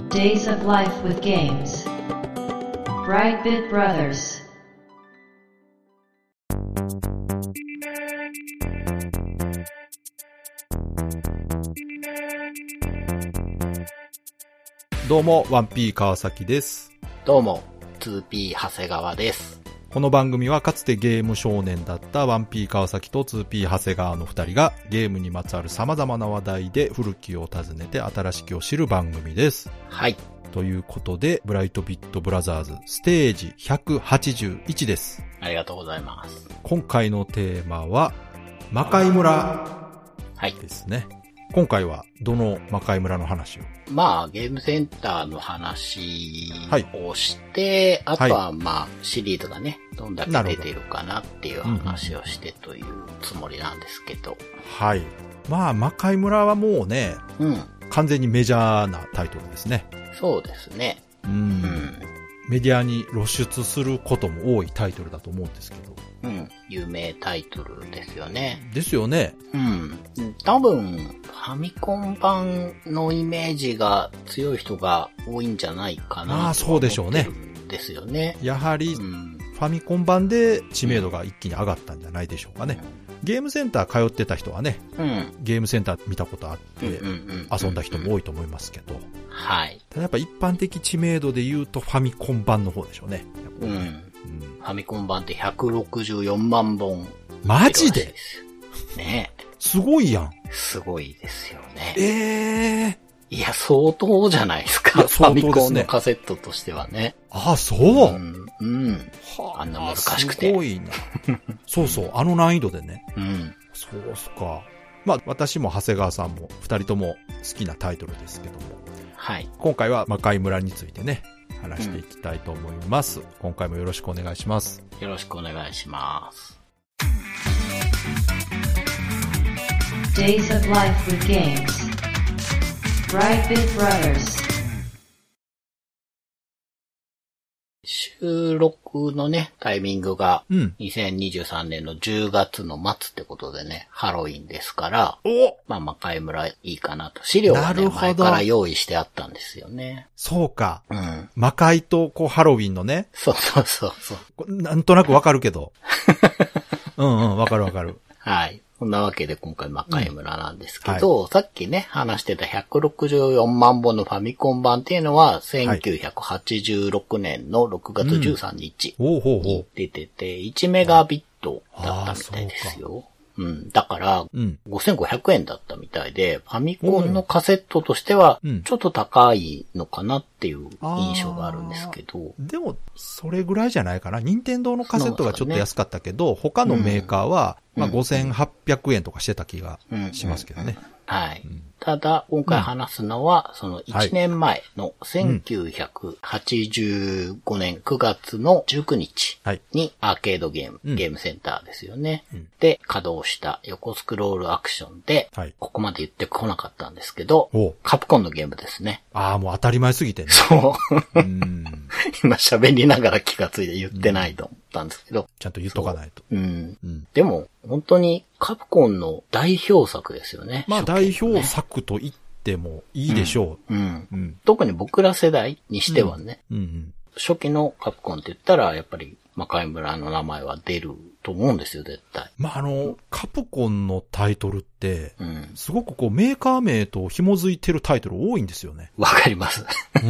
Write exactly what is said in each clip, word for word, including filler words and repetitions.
Days of Life with Games Brightbit Brothers どうも、ワンピー川崎です。 どうも、ツーピー長谷川です。 この番組はかつてゲーム少年だったワンピー川崎と ツーピー長谷川の二人がゲームにまつわる様々な話題で古きを訪ねて新しきを知る番組です。 はい。 ということで、ブライトビットブラザーズステージひゃくはちじゅういちです。 ありがとうございます。 今回のテーマは、魔界村ですね。はい、今回はどの魔界村の話を？ まあ、ゲームセンターの話をして、はい、あとはまあ、シリーズがね、どんだけ出てるかなっていう話をしてというつもりなんですけど。 はい。まあ、魔界村はもうね、うん、完全にメジャーなタイトルですね。 そうですね。 うん。うん、メディアに露出することも多いタイトルだと思うんですけど。 うん。有名タイトルですよね。 ですよね。 うん。多分、ファミコン版のイメージが強い人が多いんじゃないかなと。ああ、そうでしょうね。ですよね。 やはり、うん、ファミコン版で知名度が一気に上がったんじゃないでしょうかね。うん、ゲームセンター通ってた人はね、うん、ゲームセンター見たことあって、遊んだ人も多いと思いますけど。 はい。 ただやっぱ一般的知名度で言うとファミコン版の方でしょうね。 うん。うん、ファミコン版ってひゃくろくじゅうよんまんぼん。 マジで？ ねえ。 すごいやん。 すごいですよね。 ええー。いや、相当じゃないですか。相当ですね。ファミコンのカセットとしてはね。 ああ、そう。 うん。うん。はあ、あんな難しくて。 すごいな。そうそう、あの難易度でね。 うん。 そうっすか。まあ、私も長谷川さんも二人とも好きなタイトルですけども。 はい。 今回は魔界村についてね、話していきたいと思います。うん、今回もよろしくお願いします。 よろしくお願いします。 Days of Life with Games Brightbit Brothers 収録のね、タイミングが、にせんにじゅうさんねんのじゅうがつの末ってことでね、ハロウィンですから、 おまあ、魔界村いいかなと。資料はね、前から用意してあったんですよね。 そうか。 うん。 魔界と、こう、ハロウィンのね。 そうそうそうそう。 なんとなくわかるけど。うんうん、わかるわかる。 はい。そんなわけで今回魔界村なんですけど、うんはい、さっきね、話してたひゃくろくじゅうよんまんぼんのファミコン版っていうのは、せんきゅうひゃくはちじゅうろくねんのろくがつじゅうさんにちに出てて、いちメガビットだったみたいですよ。うん。だから、ごせんごひゃくえんだったみたいで、ファミコンのカセットとしては、ちょっと高いのかなっていう印象があるんですけど。 でも、それぐらいじゃないかな。任天堂のカセットがちょっと安かったけど、ね、他のメーカーは、まあ、ごせんはっぴゃくえんとかしてた気がしますけどね。 はい。うん、ただ、今回話すのは、うん、そのいちねんまえのせんきゅうひゃくはちじゅうごねんくがつのじゅうくにちにアーケードゲーム、うん、ゲームセンターですよね。うん、で、稼働した横スクロールアクションで、はい、ここまで言ってこなかったんですけど、カプコンのゲームですね。 ああ、もう当たり前すぎてね。 そう。うん今喋りながら気がついて言ってないと思ったんですけど。 ちゃんと言っとかないと。 う、うん、うん。でも、本当にカプコンの代表作ですよね。 まあ、代表作と言ってもいいでしょう。うん。うんうん、特に僕ら世代にしてはね、うんうんうん。初期のカプコンって言ったら、やっぱり魔界村の名前は出ると思うんですよ、絶対。 まあ、あの、カプコンのタイトルって、うん、すごくこうメーカー名と紐づいてるタイトル多いんですよね。 わかります。 うん。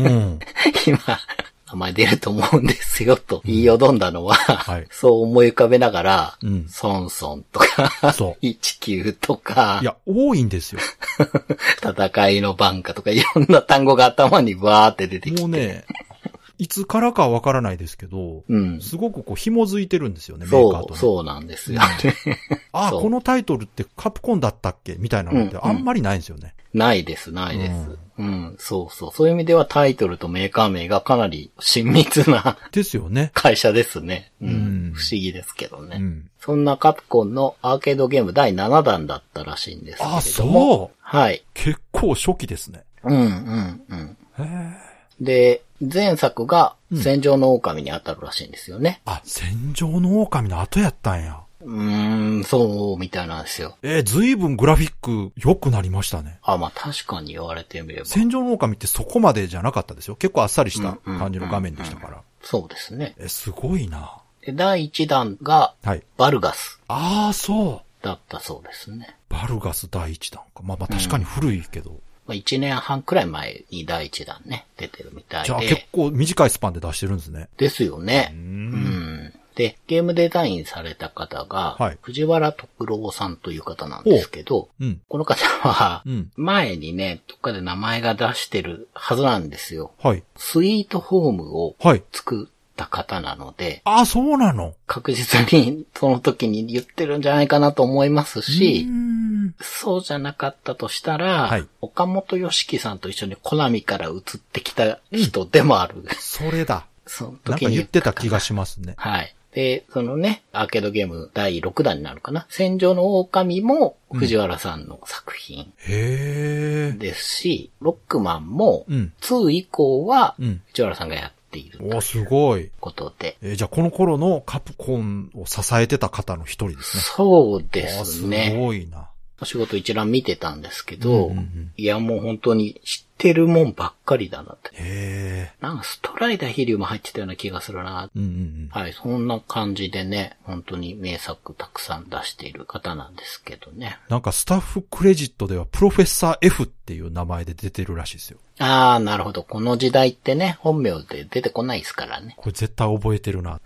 今、名前出ると思うんですよと言いよどんだのは、うんはい、そう思い浮かべながら、うん、ソンソンとか、そう。いちきゅうとか、 いや、多いんですよ。 戦いの番歌とかいろんな単語が頭にバーって出てきて。 もうね、いつからかはわからないですけど、うん、すごくこう紐づいてるんですよね、メーカーと、ね。 そう、そうなんですよ、ね。 うん、あ、このタイトルってカプコンだったっけみたいなのってあんまりないんですよね。 うんうん、ないです、ないです、うん。うん、そうそう。そういう意味ではタイトルとメーカー名がかなり親密な。 ですよね。 会社ですね。うん。うん、不思議ですけどね、うん。そんなカプコンのアーケードゲームだいななだんだったらしいんですけれども。あ、 そう。 はい。 結構初期ですね。 うん、うん、うん。 へー。 で、前作が戦場の狼に当たるらしいんですよね。 うん、あ、戦場の狼の後やったんや。 うーん、そうみたいなんですよ。 えー、随分グラフィック良くなりましたね。 あ、まあ確かに言われてみれば。 戦場の狼ってそこまでじゃなかったですよ。結構あっさりした感じの画面でしたから。うんうんうんうん、 そうですね。 え、すごいな。 で、だいいちだんが、バルガス。 はい、ああ、そう。 だったそうですね。 バルガスだいいちだんか。まあまあ確かに古いけど。うん、 まあ、いちねんはんくらい前にだいいちだんね、出てるみたいで。 じゃあ結構短いスパンで出してるんですね。 ですよね。うん。うんで、ゲームデザインされた方が、はい、藤原徳郎さんという方なんですけど、うん、この方は、前にね、どっかで名前が出してるはずなんですよ。はい、スイートホームを作った方なので、 はい、あ、そうなの？ 確実にその時に言ってるんじゃないかなと思いますし、うそうじゃなかったとしたら、はい、岡本良樹さんと一緒にコナミから移ってきた人でもある。うん、 それだ。 その時になんか言ってた気がしますね。 はい。で、そのね、アーケードゲームだいろくだんになるかな。戦場の狼も藤原さんの作品ですし、うん、ロックマンもに以降は藤原さんがやっているということで。 えー、じゃあこの頃のカプコンを支えてた方の一人ですね。 そうですね。 すごいな。 お仕事一覧見てたんですけど、うんうんうん、いやもう本当に知ってるもんばっかりだなって。へー。なんかストライダーヘリウム入ってたような気がするな。うんうんうん、はい、そんな感じでね、本当に名作たくさん出している方なんですけどね。 なんかスタッフクレジットではプロフェッサー F っていう名前で出てるらしいですよ。 あー、なるほど。この時代ってね、本名で出てこないですからね。 これ絶対覚えてるな。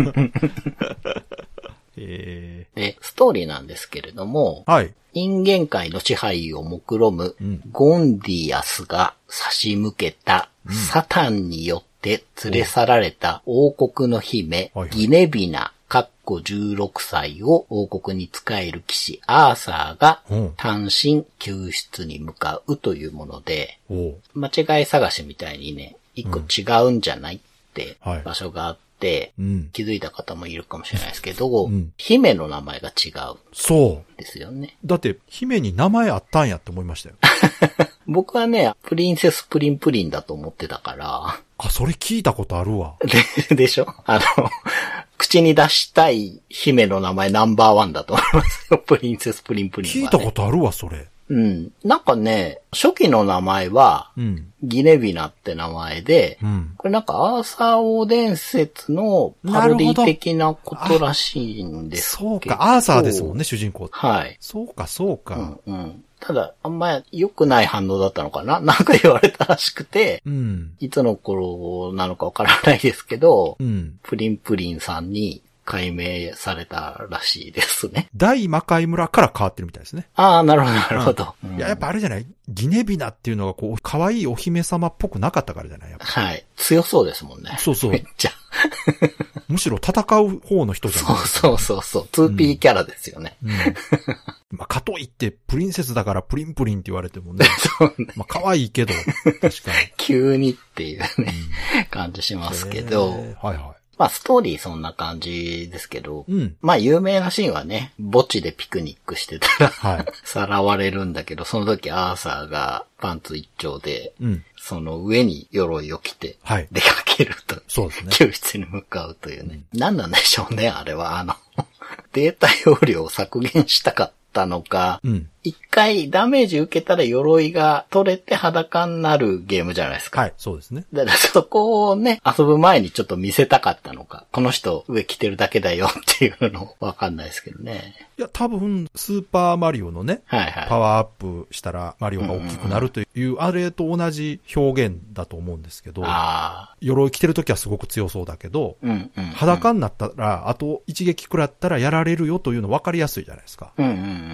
えー、で、ストーリーなんですけれども、はい。人間界の支配を目論む、うん、ゴンディアスが差し向けた、サタンによって連れ去られた王国の姫、うん、ギネビナ、かっこじゅうろくさいを王国に仕える騎士アーサーが単身救出に向かうというもので、うん、間違い探しみたいにね、一個違うんじゃないって場所があって、で、うん、気づいた方もいるかもしれないですけど、うん、姫の名前が違う。そう。ですよね。 だって、姫に名前あったんやって思いましたよ。 僕はね、プリンセスプリンプリンだと思ってたから。 あ、それ聞いたことあるわ。 で、でしょ？あの、口に出したい姫の名前ナンバーワンだと思いますよ。プリンセスプリンプリンは、ね。 聞いたことあるわ、それ。 うん。なんかね、初期の名前は、うん、ギネビナって名前で、うん、これなんかアーサー王伝説のパロディ的なことらしいんですけど。 そうか、アーサーですもんね、主人公。 はい。 そうか、そうか。 うん、うん。ただ、あんま良くない反応だったのかななんか言われたらしくて、うん、いつの頃なのかわからないですけど、うん、プリンプリンさんに、解明されたらしいですね。 大魔界村から変わってるみたいですね。 ああ、なるほど、なるほど。 うん、いや、やっぱあれじゃないギネビナっていうのがこう、可愛いお姫様っぽくなかったからじゃないやっぱはい。強そうですもんね。 そうそう。 めっちゃ。 むしろ戦う方の人じゃないですか、ね。そうそうそう。ツーピー キャラですよね。うんうん、 まあ、かといって、プリンセスだからプリンプリンって言われてもね。そうね。まあ、可愛いけど、確かに。 急にっていうね、うん、感じしますけど。はいはい。まあ、ストーリーそんな感じですけど、うん、まあ、有名なシーンはね、墓地でピクニックしてたら、はい、さらわれるんだけど、その時アーサーがパンツ一丁で、うん、その上に鎧を着て、出かけると、はい、そうですね。救出に向かうというね。うん、何なんでしょうね、あれは。あの、データ容量を削減したかったのか、うん、一回ダメージ受けたら鎧が取れて裸になるゲームじゃないですか。 はい、そうですね。 だからそこをね、遊ぶ前にちょっと見せたかったのか、この人上着てるだけだよっていうのわかんないですけどね。 いや、多分、スーパーマリオのね、はいはい、パワーアップしたらマリオが大きくなるという、うんうん、あれと同じ表現だと思うんですけど、あ鎧着てるときはすごく強そうだけど、うんうんうん、裸になったら、あと一撃食らったらやられるよというの分かりやすいじゃないですか。うんうんうん、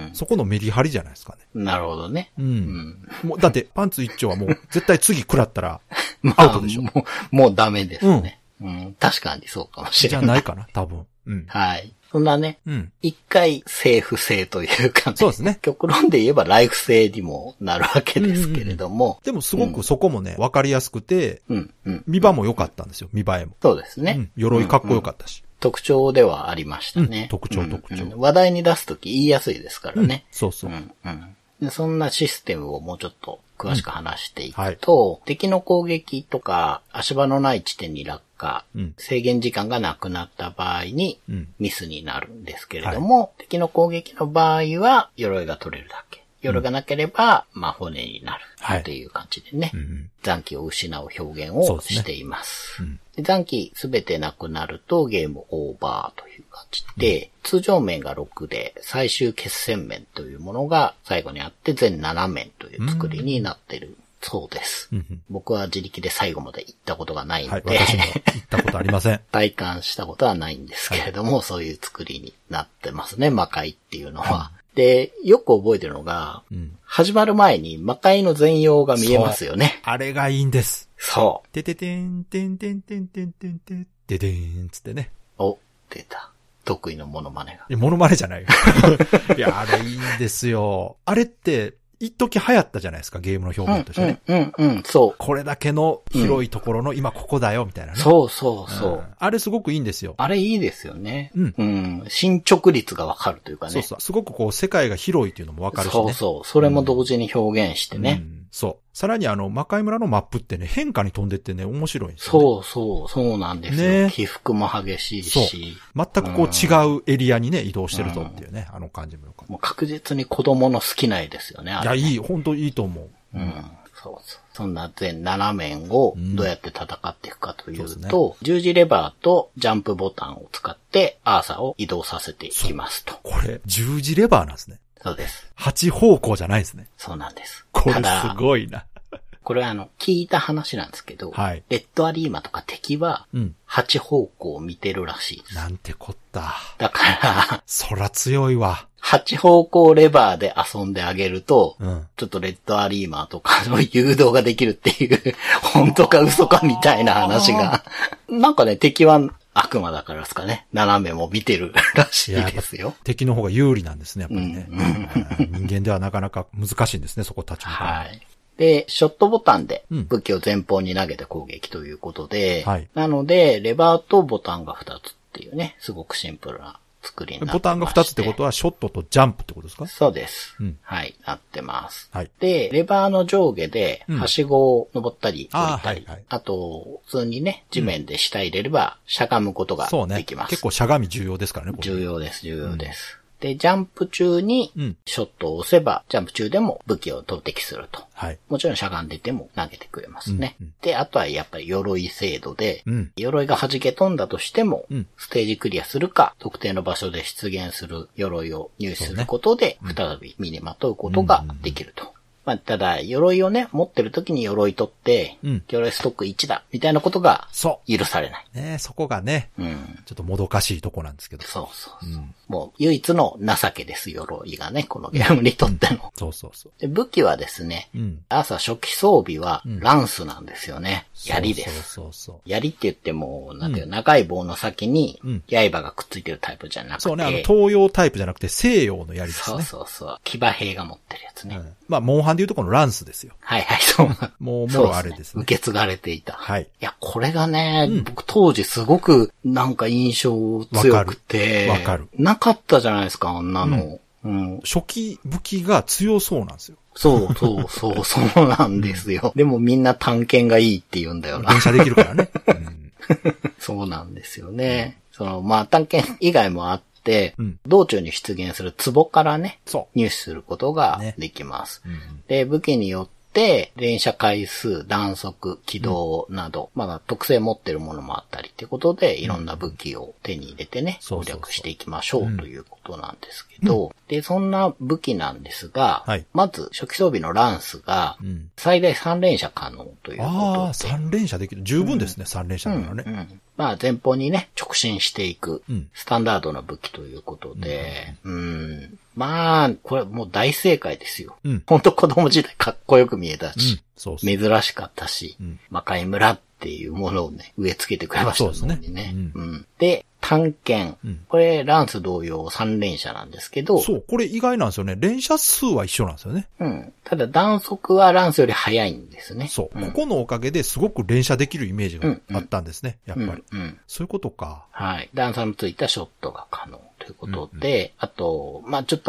そこのメリハリじゃないですかね。 なるほどね。うん。 うん、もうだってパンツ一丁はもう絶対次食らったらアウトでしょ。 まあ、もう、もうダメですね、うん。うん。確かにそうかもしれない。 じゃないかな、多分。うん。 はい。そんなね、うん、一回セーフ制というか、ね、 そうですね。 極論で言えばライフ制にもなるわけですけれども。うんうんうん、 でもすごくそこもね、わ、うん、かりやすくて、うんうん、見栄えも良かったんですよ、見栄えも。 そうですね。 うん、鎧かっこよかったし。 うんうん、特徴ではありましたね。うん、 特徴特徴、 うんうん。話題に出すとき言いやすいですからね。 うん、そうそう。うんうんで。そんなシステムをもうちょっと詳しく話していくと、うんはい、敵の攻撃とか足場のない地点に落下、うん、制限時間がなくなった場合にミスになるんですけれども、はい、敵の攻撃の場合は鎧が取れるだけ。鎧がなければ、まあ骨になるっていう感じでね、はいうん、残機を失う表現をしています。そうですねうん、で残機すべてなくなるとゲームオーバーという感じで、うん、通常面がろくで最終決戦面というものが最後にあって全なな面という作りになっている。そうです、うん。僕は自力で最後まで行ったことがないので、はい、 私も行ったことありません。 体感したことはないんですけれども、はい、そういう作りになってますね、魔界っていうのは。うんで、よく覚えてるのが、うん、始まる前に魔界の全容が見えますよね。 あれがいいんです。 そう。 てててんてんてんてんてんてんてんてでーんつってね。 お、出た。得意のモノマネが。 いや、モノマネじゃないよ。いや、あれいいんですよ。あれって、一時流行ったじゃないですか、ゲームの表現としてね。 うん、うん、うん、うん、そう。 これだけの広いところの今ここだよ、みたいなね。 そうそうそう、うん。 あれすごくいいんですよ。 あれいいですよね。うん。うん。進捗率がわかるというかね。 そうそう。すごくこう、世界が広いっていうのもわかるしね。 そうそう。それも同時に表現してね。 うんうんそう。さらにあの、魔界村のマップってね、変化に飛んでってね、面白いんですよね。そうそう、そうなんですよ。ね、起伏も激しいし。そう。 全くこう違うエリアにね、移動してるぞっていうね、うん、あの感じもよかった。 もう確実に子供の好きな絵ですよね、あれね。 いや、いい、本当いいと思う。 うん。そうそう。そんな全なな面をどうやって戦っていくかというと、うんね、十字レバーとジャンプボタンを使ってアーサーを移動させていきますと。 これ、十字レバーなんですね。 そうです。 八方向じゃないですね。 そうなんです。 これすごいな。 これはあの、聞いた話なんですけど、はい、レッドアリーマとか敵は、八方向を見てるらしいです。 なんてこった。 だから、 そら強いわ。 八方向レバーで遊んであげると、うん、ちょっとレッドアリーマーとかの誘導ができるっていう、本当か嘘かみたいな話が。なんかね、敵は悪魔だからですかね。斜めも見てるらしいですよ。 敵の方が有利なんですね、やっぱりね。うん、人間ではなかなか難しいんですね、そこ立ち向かう。はい。 で、ショットボタンで武器を前方に投げて攻撃ということで、うんはい、なので、レバーとボタンがふたつっていうね、すごくシンプルな作りになってまして。 ボタンがふたつってことは、ショットとジャンプってことですか？ そうです。うん、はい、なってます。はい、で、レバーの上下で、はしごを登ったり、降りたり、うん、あ, はいはい、あと、普通にね、地面で下入れれば、しゃがむことができます。 そうね。結構しゃがみ重要ですからね、これ重要です、重要です。うんで、ジャンプ中に、ショットを押せば、うん、ジャンプ中でも武器を投擲すると。はい。もちろんしゃがんでても投げてくれますね。うんうん、で、あとはやっぱり鎧精度で、うん、鎧が弾け飛んだとしても、うん、ステージクリアするか、特定の場所で出現する鎧を入手することで、ね、再び身にまとうことができると。まあ、ただ、鎧をね、持ってる時に鎧取って、うん、鎧ストックいちだ、みたいなことが、許されない。 ねそこがね、うん、ちょっともどかしいとこなんですけど。 そうそうそう、うん。もう、唯一の情けです、鎧がね、このゲームにとっての。うん、 そうそうそう。 で、武器はですね、うん、朝初期装備は、ランスなんですよね。うん、槍です。そうそうそう。槍って言っても、なんていう、うん、長い棒の先に、刃がくっついてるタイプじゃなくて。 そうね、あの、東洋タイプじゃなくて、西洋の槍ですね。 そうそうそう。騎馬兵が持ってるやつね。うんまあ、モンハンでいうとこのランスですよ。 はいはい、そう。 もう、もうあれですね。 受け継がれていた。はい。いや、これがね、うん、僕当時すごくなんか印象強くて。 わかる。わかる。 なかったじゃないですか、あんなの。うん。 うん、初期武器が強そうなんですよ。 そうそうそう、そうなんですよ。でもみんな探検がいいって言うんだよな。 連射できるからね。うん、 そうなんですよね。その、まあ、探検以外もあって、で、うん、道中に出現する壺からね、入手することができます。ねうん、で、武器によって、連射回数、弾速、軌道など、うん、まあ特性持ってるものもあったりってことで、いろんな武器を手に入れてね、攻略していきましょうということなんですけど、うん、で、そんな武器なんですが、はい、まず初期装備のランスが、最大さん連射可能ということで。 ああ、さん連射できる。十分ですね、うん、さん連射だからね。うんうんまあ前方にね、直進していく、スタンダードな武器ということで、うん、うんまあ、これもう大正解ですよ。うん、本当子供時代かっこよく見えたし、うん、そうそう珍しかったし、うん、魔界村っていうものをね、植え付けてくれましたね。そうですね。うん、うん、で、探検、うん。これ、ランス同様さん連射なんですけど。 そう、これ意外なんですよね。連射数は一緒なんですよね。 うん。ただ、弾速はランスより速いんですね。 そう。うん、ここのおかげですごく連射できるイメージがあったんですね。うんうん、やっぱり、うんうん。そういうことか。 はい。段差のついたショットが可能ということで、うんうん、あと、まあちょっと、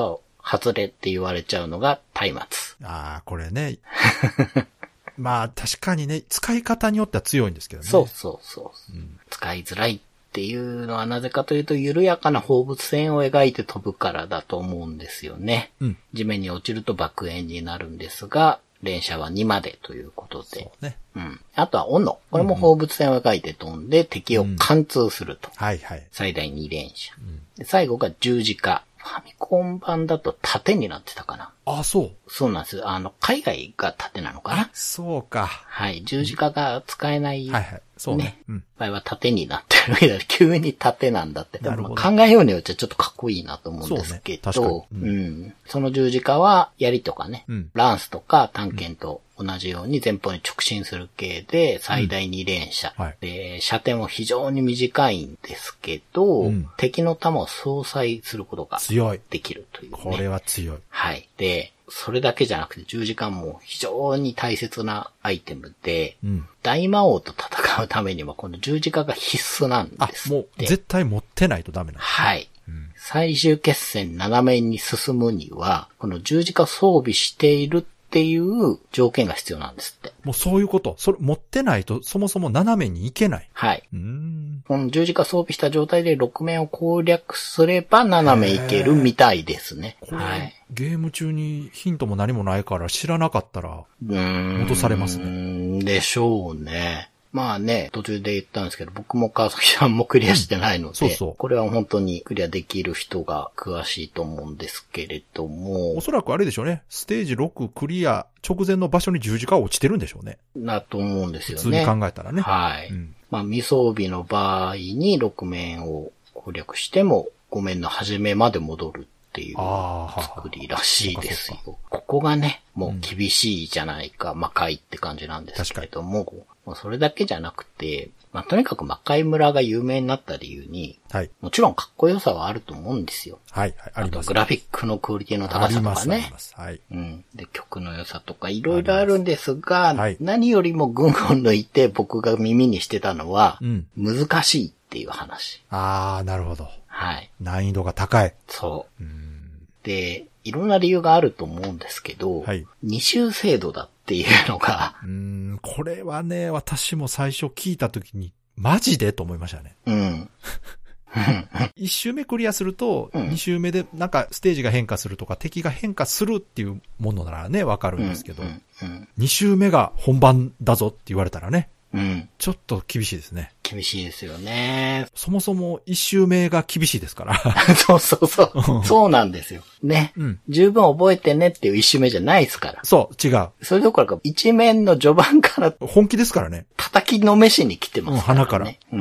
外れって言われちゃうのが松明。 ああ、これね。まあ確かにね、使い方によっては強いんですけどね。 そうそうそう、うん。使いづらいっていうのはなぜかというと、緩やかな放物線を描いて飛ぶからだと思うんですよね。うん、地面に落ちると爆炎になるんですが、連射はにまでということで。そうね。うん。あとは斧。これも放物線を描いて飛んで、うん、敵を貫通すると。うん、はいはい。最大に連射。うん、で最後が十字架。ファミコン版だと縦になってたかな。 あ、そう。 そうなんです。あの、海外が縦なのかな。 そうか。 はい。十字架が使えない。 はいはい。そうね。うん。 場合は縦になってるけど、急に縦なんだって。なるほど。考えようによってはちょっとかっこいいなと思うんですけど。そうね。確かに。うん。うん、その十字架は、槍とかね、うん、ランスとか短剣と同じように前方に直進する系で、最大に連射、うんはい。で、射程も非常に短いんですけど、うん、敵の弾を相殺することができるという、ね。 これは強い。 はい。で、それだけじゃなくて十字架も非常に大切なアイテムで、うん、大魔王と戦うためにはこの十字架が必須なんです。 あ、もう絶対持ってないとダメなんです、ね。 はい。うん、最終決戦なな面に進むには、この十字架装備しているっていう条件が必要なんですって。 もうそういうこと。それ持ってないとそもそも斜めに行けない。 はい。うーんこの十字架装備した状態でろく面を攻略すれば斜め行けるみたいですね。はい。 ゲーム中にヒントも何もないから知らなかったら戻されますね。うーんでしょうね。まあね、途中で言ったんですけど、僕も川崎さんもクリアしてないので、うん、そうそうこれは本当にクリアできる人が詳しいと思うんですけれども。 おそらくあれでしょうね。ステージろくクリア直前の場所に十字架が落ちてるんでしょうね。 だと思うんですよね。 普通に考えたらね。 はい。うん、まあ未装備の場合にろく面を攻略してもご面の初めまで戻るっていう作りらしいですよ。ここがね、もう厳しいじゃないか、うん、魔界って感じなんですけれども、もうそれだけじゃなくて、まあ、とにかく魔界村が有名になった理由に、はい、もちろんかっこよさはあると思うんですよ。 はい、はい、あります。 あとグラフィックのクオリティの高さとかね。あります、あります。はい。うん。で、曲の良さとかいろいろあるんですが、はい、何よりも群を抜いて僕が耳にしてたのは、うん、難しいっていう話。 あー、なるほど。 はい。 難易度が高い。 そう。うんで、いろんな理由があると思うんですけど、はい、二周制度だっていうのが。 うーん、これはね、私も最初聞いたときに、マジでと思いましたね。うん。一周目クリアすると、うん、二周目でなんかステージが変化するとか、敵が変化するっていうものならね、わかるんですけど、うんうんうん、二周目が本番だぞって言われたらね、うん、ちょっと厳しいですね。 厳しいですよね。 そもそも一周目が厳しいですから。 そうそうそう。そうなんですよ。ね、うん。十分覚えてねっていう一周目じゃないですから。 そう、違う。 それどころか一面の序盤から本気ですからね。 叩きのめしに来てますからね。 うん、鼻から。 うん。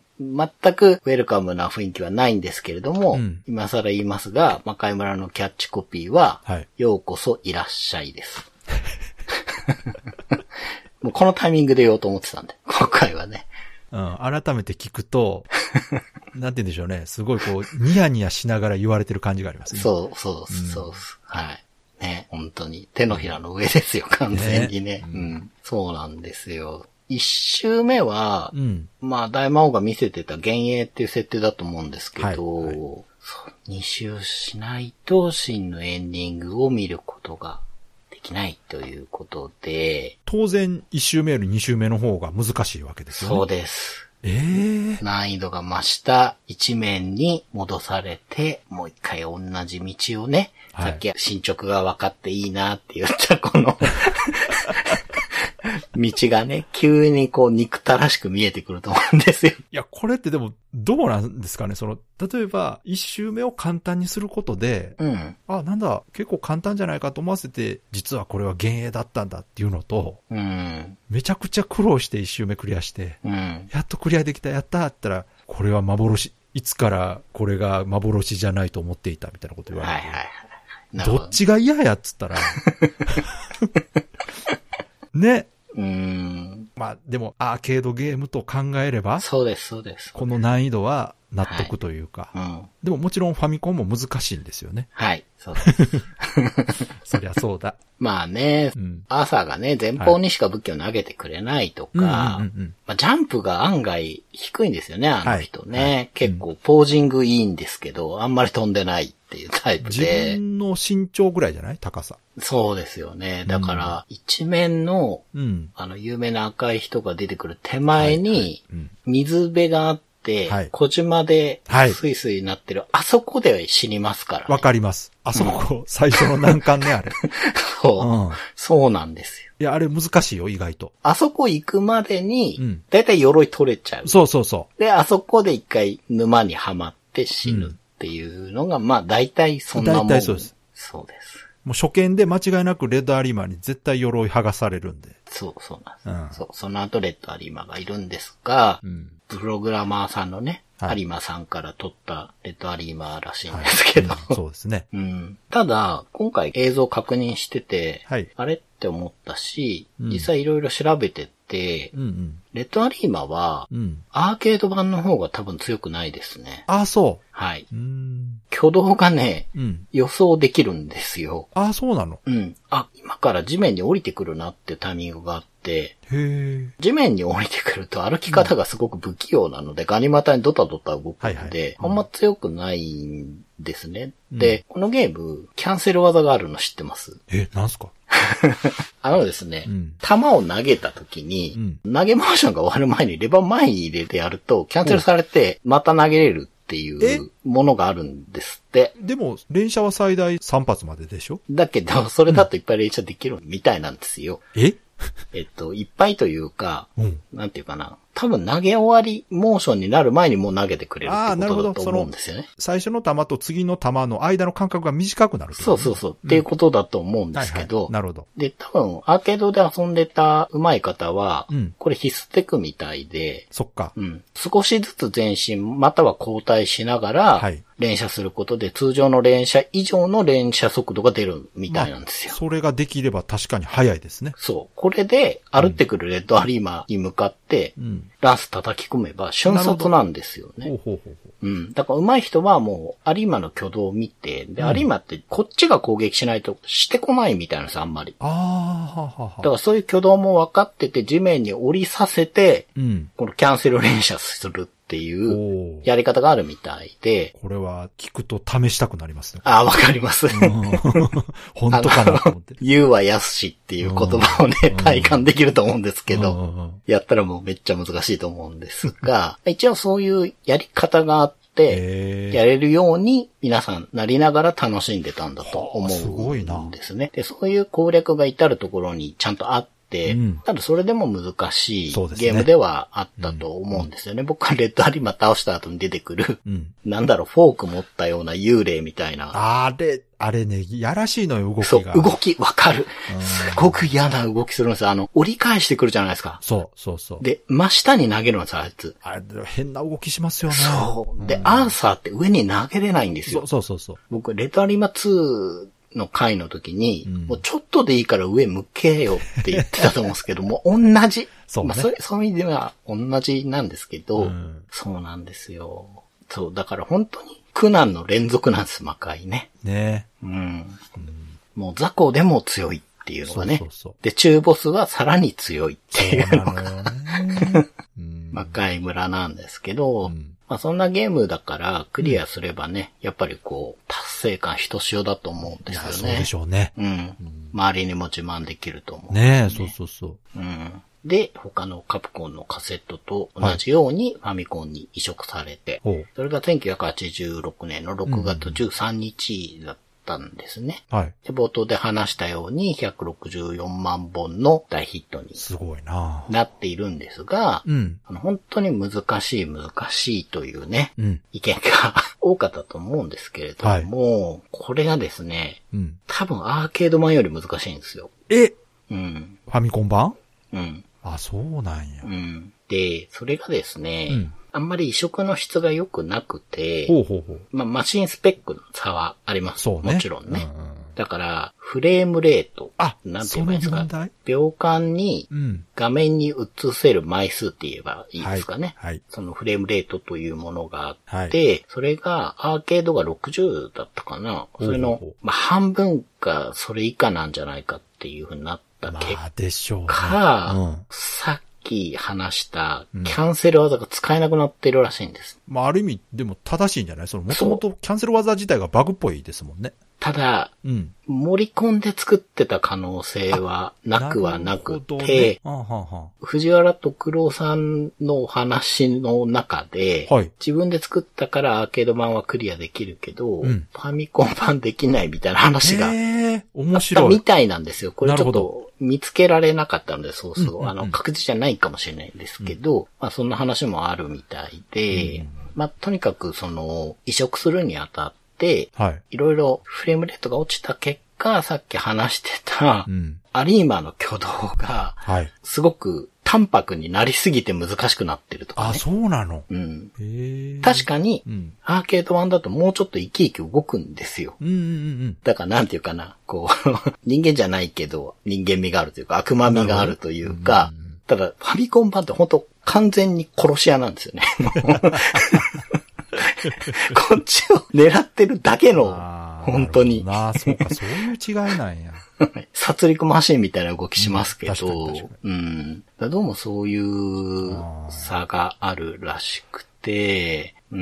全くウェルカムな雰囲気はないんですけれども、うん、今更言いますが、魔界村のキャッチコピーは、はい、ようこそいらっしゃいです。もうこのタイミングで言おうと思ってたんで、今回はね。 うん、改めて聞くと、なんて言うんでしょうね。すごいこう、ニヤニヤしながら言われてる感じがありますね。 そう、そう、そう、うん、はい。ね、本当に。手のひらの上ですよ、完全にね。ねうん、うん。そうなんですよ。一周目は、うん、まあ、大魔王が見せてた幻影っていう設定だと思うんですけど、はいはい、そう二周しないと真のエンディングを見ることができないということで。 当然、一周目より二周目の方が難しいわけですよね。 そうです。 ええー。 難易度が増した一面に戻されて、もう一回同じ道をね、はい、さっき進捗が分かっていいなって言ったこの道がね、急にこう憎たらしく見えてくると思うんですよ。 いや、これってでもどうなんですかね。その、例えば一周目を簡単にすることで、うん、あ、なんだ、結構簡単じゃないかと思わせて、実はこれは幻影だったんだっていうのと、うん、めちゃくちゃ苦労して一周目クリアして、うん、やっとクリアできた、やったって言ったら、これは幻、いつからこれが幻じゃないと思っていたみたいなこと言われて、はいはいはい、どっちが嫌やっつったら、ね。うーん。まあでもアーケードゲームと考えれば。 そうです、そうです。 この難易度は納得というか、 はい、うん。 でももちろんファミコンも難しいんですよね。 はい、そうです。 そりゃそうだ。 まあね、うん、アーサーがね、前方にしか武器を投げてくれないとか、まあ、ジャンプが案外低いんですよね、あの人ね。はいはい、結構ポージングいいんですけど、あんまり飛んでないっていうタイプで。 自分の身長ぐらいじゃない？高さ。 そうですよね。だから、一面の、うん、あの、有名な赤い人が出てくる手前に、水辺があって、はい、小島でスイスイなってる、はい、あそこで死にますからね。 わかります。あそこ、うん、最初の難関ね、あれ。 そう、うん。そうなんですよ。 いや、あれ難しいよ、意外と。 あそこ行くまでに、うん、だいたい鎧取れちゃう。 そうそうそう。 で、あそこで一回沼にはまって死ぬっていうのが、うん、まあ、だいたいそんなもん。だいたいそうです。そうです。 もう初見で間違いなくレッドアリーマーに絶対鎧剥がされるんで。 そう、そうなんです。うん、そう、その後レッドアリーマーがいるんですが、うん、プログラマーさんのね、はい、有馬さんから撮ったレッドアリーマーらしいんですけど、はいうん。そうですね。 うん。ただ、今回映像確認してて、はい、あれって思ったし、うん、実際いろいろ調べてて、うんうん、レッドアリーマーは、うん、アーケード版の方が多分強くないですね。 ああ、そう。 はい。うーん挙動がね、うん、予想できるんですよ。 ああ、そうなの？ うん。あ、今から地面に降りてくるなっていうタイミングがあって、へ地面に降りてくると歩き方がすごく不器用なので、うん、ガニ股にドタドタ動くので、はいはい、あんま強くないんですね。うん、で、このゲーム、キャンセル技があるの知ってます？ え、なんすか？ あのですね、うん、弾を投げた時に、うん、投げモーションが終わる前にレバー前に入れてやると、キャンセルされて、また投げれるっていうものがあるんですって。 でも、連射は最大さん発まででしょ？ だけど、それだといっぱい連射できるみたいなんですよ。 ええっと、いっぱいというか、うん、なんていうかな。多分投げ終わりモーションになる前にもう投げてくれるってことだと思うんですよね。 最初の弾と次の弾の間の間隔が短くなる、ね。 そうそうそう。うん、っていうことだと思うんですけど。はいはい、 なるほど。 で、多分アーケードで遊んでた上手い方は、うん、これ必須テクみたいで。 そっか。 うん。少しずつ前進または後退しながら、はい、連射することで通常の連射以上の連射速度が出るみたいなんですよ。 まあ、それができれば確かに早いですね。 そう。これで歩ってくるレッドアリーマーに向かって、うん、ランス叩き込めば瞬殺なんですよね。ほうほうほうほう。うん。だから上手い人はもうアリーマーの挙動を見て、で、うん、アリーマーってこっちが攻撃しないとしてこないみたいなんですあんまり。ああ、ははは。だからそういう挙動も分かってて地面に降りさせて、うん、このキャンセル連射する。っていうやり方があるみたいで。 これは聞くと試したくなりますね。 ああ、わかります。 本当かなと思って。 言うはやすしっていう言葉をね、体感できると思うんですけど、やったらもうめっちゃ難しいと思うんですが、一応そういうやり方があって、やれるように皆さんなりながら楽しんでたんだと思うんですね。で、そういう攻略が至るところにちゃんとあって、うん、ただそれでも難しいゲームではあったと思うんですよね。うん、僕はレッドアリーマー倒した後に出てくる、うん、なんだろう、フォーク持ったような幽霊みたいな。 あれ、あれね、やらしいのよ、動きが。 そう、動き、わかる。すごく嫌な動きするんですよ。あの、折り返してくるじゃないですか。 そう、そうそう。 で、真下に投げるんですよ、あいつ。 あれ、変な動きしますよね。 そう。で、うん、アーサーって上に投げれないんですよ。 そうそうそうそう。 僕、レッドアリーマーツー、の回の時に、うん、もうちょっとでいいから上向けよって言ってたと思うんですけども、同じ。そうね。まあ、それ、そういう意味では同じなんですけど、うん、そうなんですよ。そう、だから本当に苦難の連続なんです、魔界ね。ねうん。うん、もう雑魚でも強いっていうのがね。そうそうそう。で、中ボスはさらに強いっていうのが、ねうん、魔界村なんですけど、うんまあそんなゲームだからクリアすればね、うん、やっぱりこう達成感ひとしおだと思うんですよね。 そうでしょうね。 うん。うん、周りにも自慢できると思う、 ね。ねえ、そうそうそう。 うん。で、他のカプコンのカセットと同じようにファミコンに移植されて、はい、それがせんきゅうひゃくはちじゅうろくねんのろくがつじゅうさんにちだったんですね。はい。で、冒頭で話したようにひゃくろくじゅうよんまんぼんの大ヒットにすごいななっているんですが、うん、あの本当に難しい難しいというね、うん、意見が多かったと思うんですけれども、はい、これがですね、うん、多分アーケード版より難しいんですよ。 えうん。ファミコン版うん。 あ、そうなんや。 うん。で、それがですね、うん、あんまり移植の質が良くなくて、ほうほうほうまあ、マシンスペックの差はあります。そうね。もちろんね。うんうん、 だから、フレームレート。 あ、 なんて言えばいいですか。 その問題？ 秒間に、画面に映せる枚数って言えばいいですかね。 はいはい、 そのフレームレートというものがあって、はい、それがアーケードがろくじゅうだったかな。それの、まあ、半分かそれ以下なんじゃないかっていう風になった結果、まあでしょうね。うん、さっき話したキャンセル技が使えなくなってるらしいんです。 うん、まあある意味でも正しいんじゃない？そのもともとキャンセル技自体がバグっぽいですもんね。 ただ、うん、盛り込んで作ってた可能性はなくはなくて、ね、はあはあ、藤原徳郎さんのお話の中で、はい、自分で作ったからアーケード版はクリアできるけど、うん、ファミコン版できないみたいな話があったみたいなんですよ。これちょっと見つけられなかったので、そうそう、うんうんうん、あの確実じゃないかもしれないんですけど、うん、まあそんな話もあるみたいで、うん、まあとにかくその移植するにあたってで、はい。いろいろフレームレートが落ちた結果、さっき話してた、うん、アリーマの挙動が、はい。すごく淡白になりすぎて難しくなってるとかね。 あ、そうなの？ うん。へー。確かに、うん、アーケード版だともうちょっと生き生き動くんですよ。うんうんうん。だからなんていうかな、こう、人間じゃないけど、人間味があるというか、悪魔味があるというか、うんうん、ただ、ファミコン版って本当完全に殺し屋なんですよね。こっちを狙ってるだけの、本当に。 ああ、そうか、そういう違いなんや。 殺戮マシンみたいな動きしますけど、うん、うん、どうもそういう差があるらしくて、うん、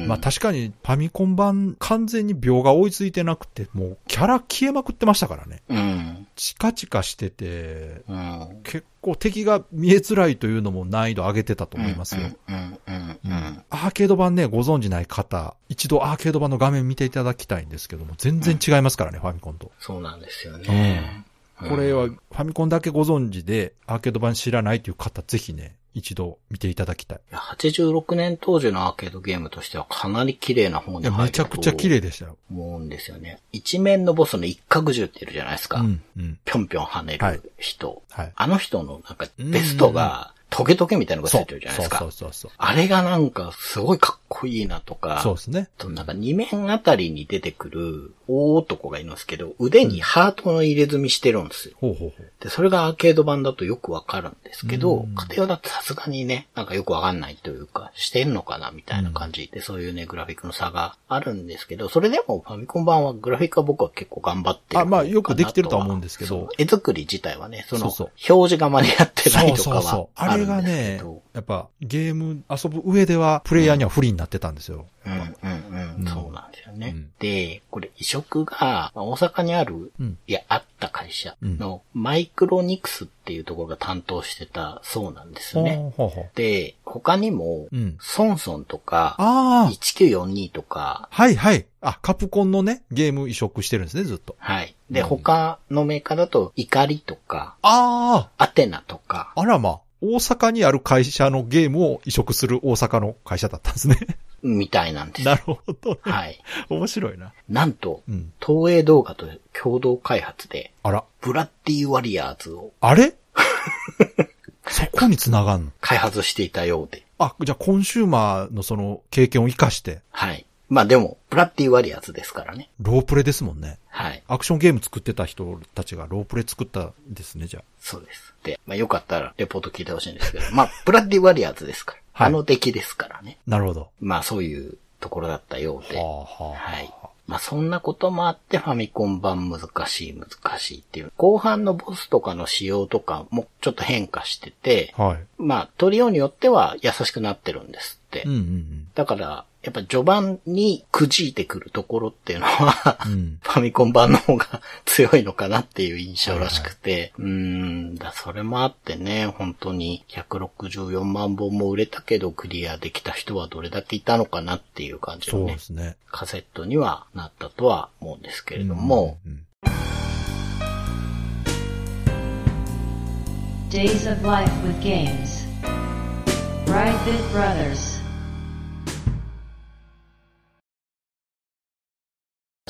まあ確かにファミコン版完全に秒が追いついてなくて、もうキャラ消えまくってましたからね。うん、チカチカしてて、うん、結構敵が見えづらいというのも難易度上げてたと思いますよ。アーケード版ね、ご存知ない方、一度アーケード版の画面見ていただきたいんですけども、全然違いますからね、うん、ファミコンと。 そうなんですよね。 うん、これはファミコンだけご存知で、アーケード版知らないという方、ぜひね、一度見ていただきたい。 はちじゅうろくねん当時のアーケードゲームとしてはかなり綺麗な方に入るとめちゃくちゃ綺麗でしたよ。 思うんですよね。一面のボスの一角獣っているじゃないですか。うんうん、ぴょんぴょん跳ねる人。はいはい、あの人のなんかベストが、トゲトゲみたいなのがついてるじゃないですか。そうそうそうそう。あれがなんかすごいかっこいいなとか。 そうですね。 となんか二面あたりに出てくる大男がいるんですけど、腕にハートの入れ墨してるんですよ。うん、ほうほうほう。で、それがアーケード版だとよくわかるんですけど、家庭用だとさすがにね、なんかよくわかんないというか、してんのかなみたいな感じで、うん、そういうね、グラフィックの差があるんですけど、それでもファミコン版はグラフィックは僕は結構頑張ってる。 あ、まあよくできてるとは思うんですけど。 絵作り自体はね、その、そうそう表示が間に合ってないとかはあるんですけど。そうそうそう。 あれがね、やっぱゲーム遊ぶ上ではプレイヤーには不利になってたんですよ。 うんうんうんうん、そうなんですよね。うん、で、これ移植が大阪にある、うん、いや、あった会社のマイクロニクスっていうところが担当してたそうなんですよね。うん、ほうほうで、他にも、うん、ソンソンとか、いちきゅうよんにとか、 はいはい。あ、カプコンのね、ゲーム移植してるんですね、ずっと。 はい。で、うん、他のメーカーだと、怒りとか、ああ、アテナとか。 あらまあ。大阪にある会社のゲームを移植する大阪の会社だったんですね。 みたいなんです。 なるほど、ね。 はい。 面白いな。 なんと、うん、東映動画と共同開発で、あら。ブラッディ・ワリアーズを。 あれそこに繋がんの開発していたようで。 あ、じゃあコンシューマーのその経験を活かして。 はい。まあでも、ブラッディ・ワリアーズですからね。 ロープレですもんね。 はい。 アクションゲーム作ってた人たちがロープレ作ったんですね、じゃあ。 そうです。で、まあよかったらレポート聞いてほしいんですけど、まあ、ブラッディ・ワリアーズですから。はい、あの出来ですからね。 なるほど。 まあそういうところだったようで。はあはあ、はい。まあそんなこともあってファミコン版難しい難しいっていう。後半のボスとかの仕様とかもちょっと変化してて、はい、まあトリオによっては優しくなってるんですって。うんうんうん、だから、やっぱ序盤にくじいてくるところっていうのは、うん、ファミコン版の方が強いのかなっていう印象らしくて、はいはい、うーんだ、それもあってね、本当にひゃくろくじゅうよんまんぼんも売れたけどクリアできた人はどれだけいたのかなっていう感じのね、そうですね、カセットにはなったとは思うんですけれども、うんうんうん、 Days of Life with Games Brightbit Brothers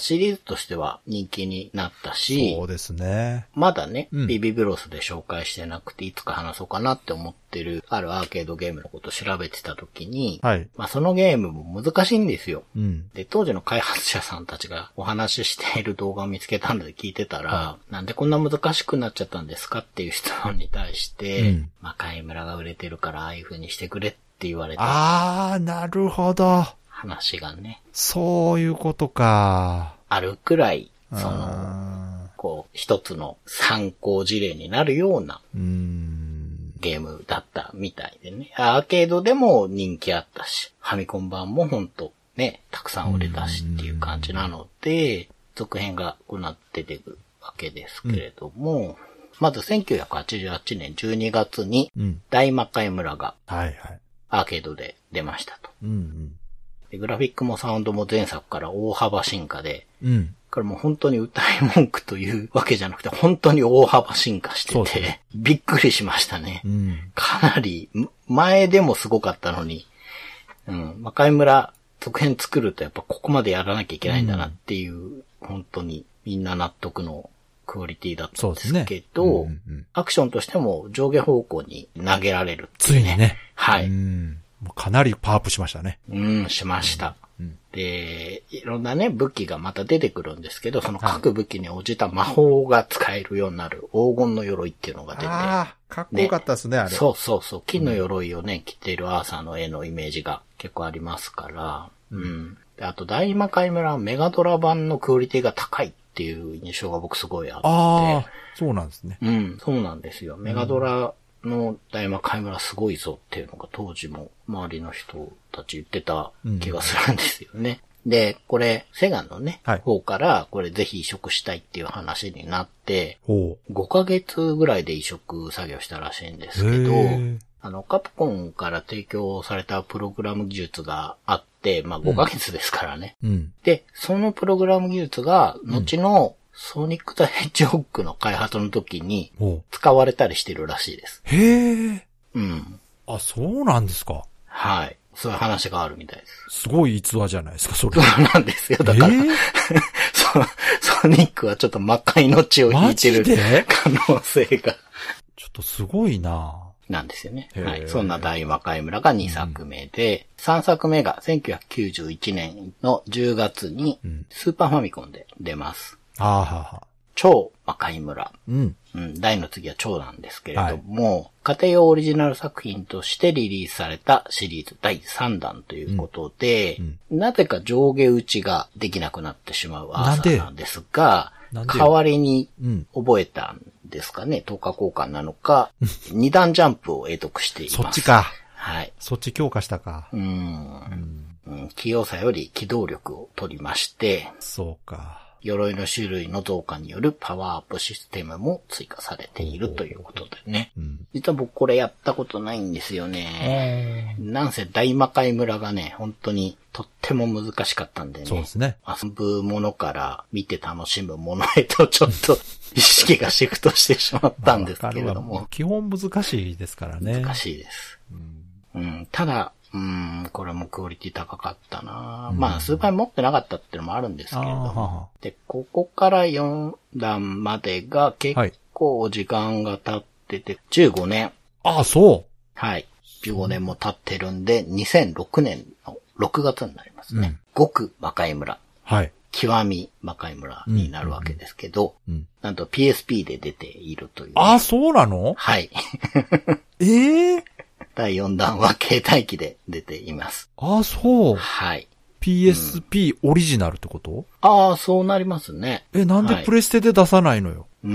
シリーズとしては人気になったし、 そうですね。 まだね、 うん、 ビビブロスで紹介してなくていつか話そうかなって思ってるあるアーケードゲームのことを調べてた時に、 はい。 まあそのゲームも難しいんですよ。 うん。 で、当時の開発者さんたちがお話ししている動画を見つけたので聞いてたら、はい、なんでこんな難しくなっちゃったんですかっていう質問に対して、うん、魔界村が売れてるからああいう風にしてくれって言われて。 あー、なるほど。 話がね。 そういうことか。 あるくらい、その、こう、一つの参考事例になるような、 うーん、 ゲームだったみたいでね。アーケードでも人気あったし、ファミコン版もほんとね、たくさん売れたしっていう感じなので、続編がこうなって出るわけですけれども、うん、まずせんきゅうひゃくはちじゅうはちねんじゅうにがつに、大魔界村が、アーケードで出ましたと。 うんうんでグラフィックもサウンドも前作から大幅進化で、 うん。 これもう本当に歌い文句というわけじゃなくて、本当に大幅進化してて、ね、びっくりしましたね。 うん、 かなり、前でもすごかったのに、うん、魔界村続編作るとやっぱここまでやらなきゃいけないんだなっていう、うん、本当にみんな納得のクオリティだったんですけど、ねうんうんうん、アクションとしても上下方向に投げられるっていうね。 ついにね。 はい。 うんかなりパワーアップしましたね。 うん、しました。うんうん、で、いろんなね、武器がまた出てくるんですけど、その各武器に応じた魔法が使えるようになる黄金の鎧っていうのが出て。 ああ、かっこよかったですね、あれ。 そうそうそう。金の鎧をね、着ているアーサーの絵のイメージが結構ありますから、うん。うん、であと、大魔界村はメガドラ版のクオリティが高いっていう印象が僕すごいあって。 ああ、そうなんですね。 うん、そうなんですよ。メガドラ、の大魔界村すごいぞっていうのが当時も周りの人たち言ってた気がするんですよね。うん、で、これ、セガのね、はい、方からこれぜひ移植したいっていう話になって、ごかげつぐらいで移植作業したらしいんですけど、あの、カプコンから提供されたプログラム技術があって、まあごかげつですからね。 うん、 で、そのプログラム技術が後の、うんソニック・ザ・ヘッジホッグの開発の時に使われたりしてるらしいです。 へー。 うん。 あ、そうなんですか。 はい。そういう話があるみたいです。 すごい逸話じゃないですか、それ。 そうなんですよ。だから、えー、ソニックはちょっと魔界の血を引いてる可能性が。 ちょっとすごいななんですよね。はい。そんな大魔界村がにさくめで、うん、さんさくめがせんきゅうひゃくきゅうじゅういちねんのじゅうがつにスーパーファミコンで出ます。 あーはは超魔界村。 うん。 うん。大の次は超なんですけれども、はい、家庭用オリジナル作品としてリリースされたシリーズだいさんだんということで、うんうん、なぜか上下打ちができなくなってしまうアーサーなんですが、代わりに覚えたんですかね、とおか交換なのか、に段ジャンプを得得しています。 そっちか。 はい。 そっち強化したか。 うーん。うん、器用さより機動力を取りまして、 そうか。 鎧の種類の増加によるパワーアップシステムも追加されているということでね。 うん、 実は僕これやったことないんですよね。なんせ大魔界村がね、本当にとっても難しかったんでね。 そうですね。 遊ぶものから見て楽しむものへとちょっと意識がシフトしてしまったんですけれども。 基本難しいですからね。 難しいです。うん、うん、ただ、うーん、これもクオリティ高かったな、うん、まあ、数倍持ってなかったっていうのもあるんですけれども。で、ここからよん段までが結構時間が経ってて、じゅうごねん。 ああ、そう。 はい。じゅうごねんも経ってるんで、にせんろくねんのろくがつになりますね。うん、極魔界村。 はい。 極み魔界村になるわけですけど、 うんうんうん、 なんと ピーエスピー で出ているという、ね。 ああ、そうなの？ はい。 ええーだいよんだんは携帯機で出ています。 ああ、そう。 はい。 ピーエスピー オリジナルってこと、うん、 ああ、そうなりますね。 え、なんでプレステで出さないのよ。 はい、うん。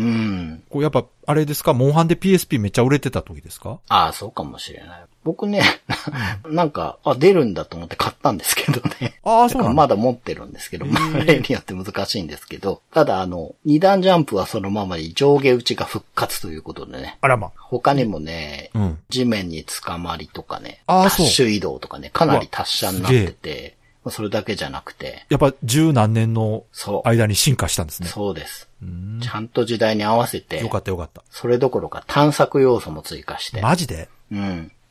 こうやっぱ、あれですか、モンハンで ピーエスピー めっちゃ売れてた時ですか？ ああ、そうかもしれない。僕ね、なんか、あ、出るんだと思って買ったんですけどね。 ああ、そうなんだ。 まだ持ってるんですけど、まあ、例によって難しいんですけど、ただあの、二段ジャンプはそのままに上下打ちが復活ということでね。 あらま。 他にもね、 うん、 地面に捕まりとかね、 あダッシュ移動とかね、かなり達者になってて、それだけじゃなくて。 やっぱ十何年の間に進化したんですね。 そうです。ちゃんと時代に合わせて。 よかったよかった。 それどころか探索要素も追加して。 マジで？ うん。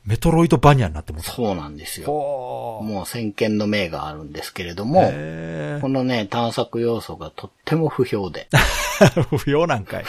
メトロイドバニアになってます。 そうなんですよ。もう先見の明があるんですけれども、このね、探索要素がとっても不評で。 不評なんかい。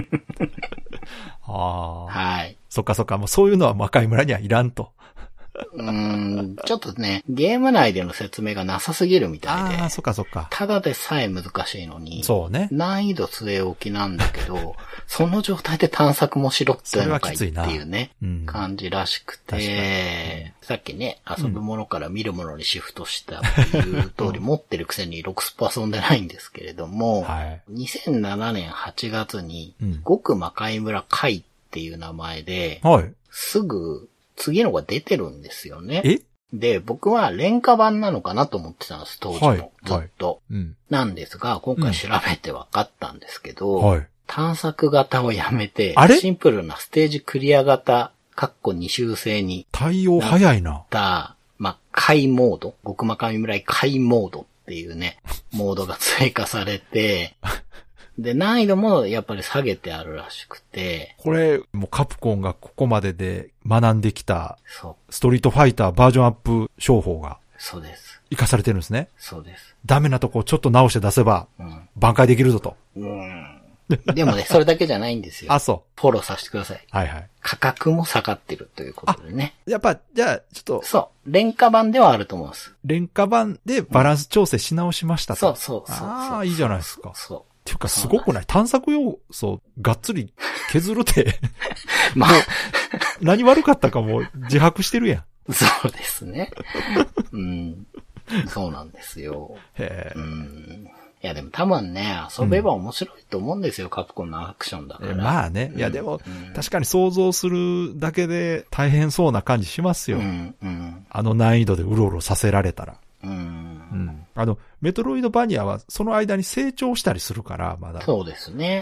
あはい。 そっかそっか、もうそういうのは魔界村にはいらんと。 うーん、ちょっとね、ゲーム内での説明がなさすぎるみたいで。 ああ、そっかそっか。 ただでさえ難しいのに。 そうね。 難易度据え置きなんだけど、その状態で探索もしろってのかいっていうね、うん、感じらしくて、さっきね、遊ぶものから見るものにシフトしたっていう通り持ってるくせにろくスパ遊んでないんですけれども、はい、にせんななねんはちがつに、極魔界村会っていう名前で、はい、すぐ、次のが出てるんですよね。 えで、僕は廉価版なのかなと思ってたんです、当時も。はい、ずっと、はいうん。なんですが、今回調べて分かったんですけど、うんはい、探索型をやめて、シンプルなステージクリア型、かっこに周制に。 対応早いな。 た、まあ、回モード、極魔神村回モードっていうね、モードが追加されて、で、難易度もやっぱり下げてあるらしくて。 これ、もうカプコンがここまでで学んできた、ストリートファイターバージョンアップ商法が、 そうです。 活かされてるんですね。 そうです。 ダメなとこをちょっと直して出せば、うん、挽回できるぞと。 うん。でもね、それだけじゃないんですよ。 あ、そう。 フォローさせてください。 はいはい。 価格も下がってるということでね。 やっぱ、じゃあ、ちょっと。 そう。廉価版ではあると思います。 廉価版でバランス調整し直しましたと。 うん、そうそうそう。 ああ、いいじゃないですか。 そう。 っていうかすごくない？探索要素がっつり削るて。まあ、何悪かったかも自白してるやん。そうですね。うん。そうなんですよ。 へうん。いやでも多分ね、遊べば面白いと思うんですよ、うん、カプコンのアクションだから。 まあね。いやでも、うん、確かに想像するだけで大変そうな感じしますよ。 うんうん、 あの難易度でうろうろさせられたら。 うんうん、 あの、メトロイドバニアはその間に成長したりするから、まだ。 そうですね。 うん。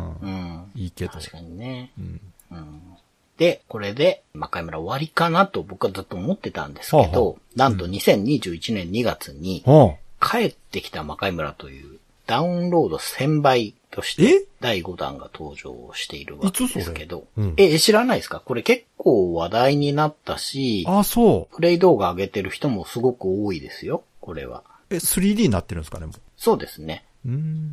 うん、 いいけど。 確かにね。 うんうん、で、これで、魔界村終わりかなと僕はずっと思ってたんですけど、はあはあ、なんとにせんにじゅういちねんにがつに、帰ってきた魔界村というダウンロードせんばいとしてだいごだんが登場しているわけですけど、うん、え、知らないですか？これ結構話題になったし、 あ、そう。 プレイ動画上げてる人もすごく多いですよ、これは。 え、スリーディー になってるんですかね、もう。 そうですね。 うん。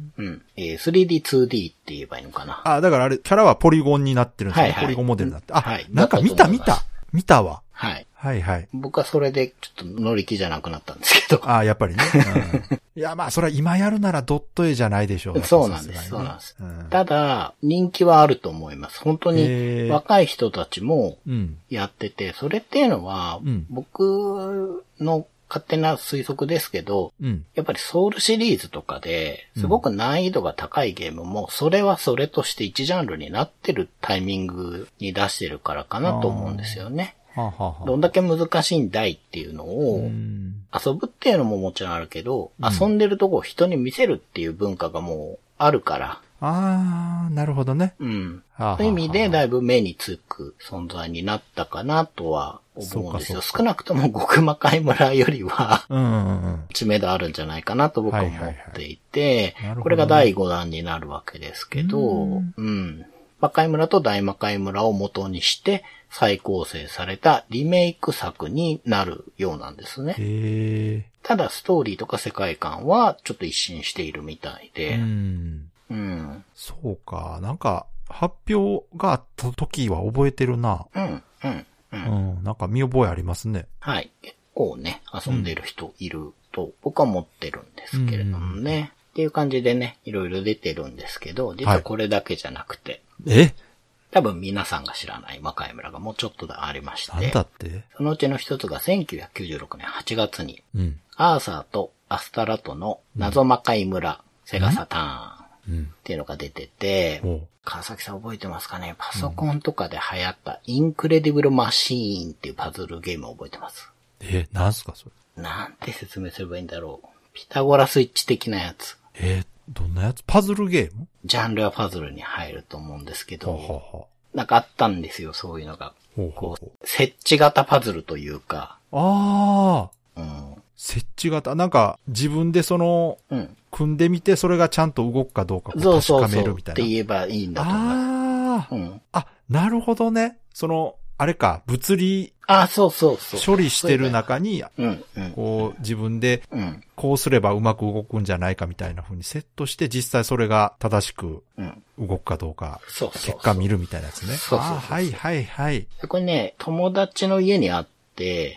うん。えー、スリーディー、ツーディー って言えばいいのかな。 あ、だからあれ、キャラはポリゴンになってるんですね。はいはい、ポリゴンモデルになって。あ、はい、なんか見た見た。見たわ。 はい。 はいはい。 僕はそれでちょっと乗り気じゃなくなったんですけど。 ああ、やっぱりね。うん、いや、まあ、それは今やるならドット絵じゃないでしょう。 そうなんです、そうなんです。うん、ただ、人気はあると思います。本当に若い人たちもやってて、それっていうのは、うん、僕の勝手な推測ですけど、うん、やっぱりソウルシリーズとかで、すごく難易度が高いゲームも、それはそれとして一ジャンルになってるタイミングに出してるからかなと思うんですよね。 はあはあ、 どんだけ難しいんだいっていうのを、遊ぶっていうのももちろんあるけど、うん、遊んでるとこを人に見せるっていう文化がもうあるから。 ああ、なるほどね。 うん。はあはあ、そういう意味でだいぶ目につく存在になったかなとは思うんですよ。少なくとも極魔界村よりは、 うんうんうん、 知名度あるんじゃないかなと僕は思っていて、はいはいはい、これがだいごだんになるわけですけど、うん、うん。魔界村と大魔界村を元にして再構成されたリメイク作になるようなんですね。 へー。 ただストーリーとか世界観はちょっと一新しているみたいで。 うん。 うん。 そうか。なんか発表があった時は覚えてるな。 うん。うん。うん。 うん、なんか見覚えありますね。 はい。結構ね、遊んでる人いると僕は思ってるんですけれどもね。うん、っていう感じでね、いろいろ出てるんですけど、実はこれだけじゃなくて。 はい、え多分皆さんが知らない魔界村がもうちょっとありまして。 なんだって？ そのうちの一つがせんきゅうひゃくきゅうじゅうろくねんはちがつに、 うん、 アーサーとアスタラトの謎魔界村、うん、セガサターンっていうのが出てて、うん、川崎さん覚えてますかね？パソコンとかで流行ったインクレディブルマシーンっていうパズルゲームを覚えてます。 え、なんすかそれ？ なんて説明すればいいんだろう。ピタゴラスイッチ的なやつ。 えー、どんなやつ？パズルゲーム？ ジャンルはパズルに入ると思うんですけど、 はははなんかあったんですよ、そういうのが。 ほうほうほうこう設置型パズルというか。 ああ、うん。 設置型、なんか自分でその、 うん、 組んでみてそれがちゃんと動くかどうか確かめるみたいな。 そうそうそうって言えばいいんだと思います。 ああ、うん、あ、なるほどね。その、 あれか、物理、 あ、そうそうそう。 処理してる中に、 うんうん、 こう、自分で、こうすればうまく動くんじゃないかみたいな風にセットして、実際それが正しく動くかどうか、 そうそうそう、 結果見るみたいなやつね。 そうそうそう。 あ、はいはいはい。 これね、友達の家にあって、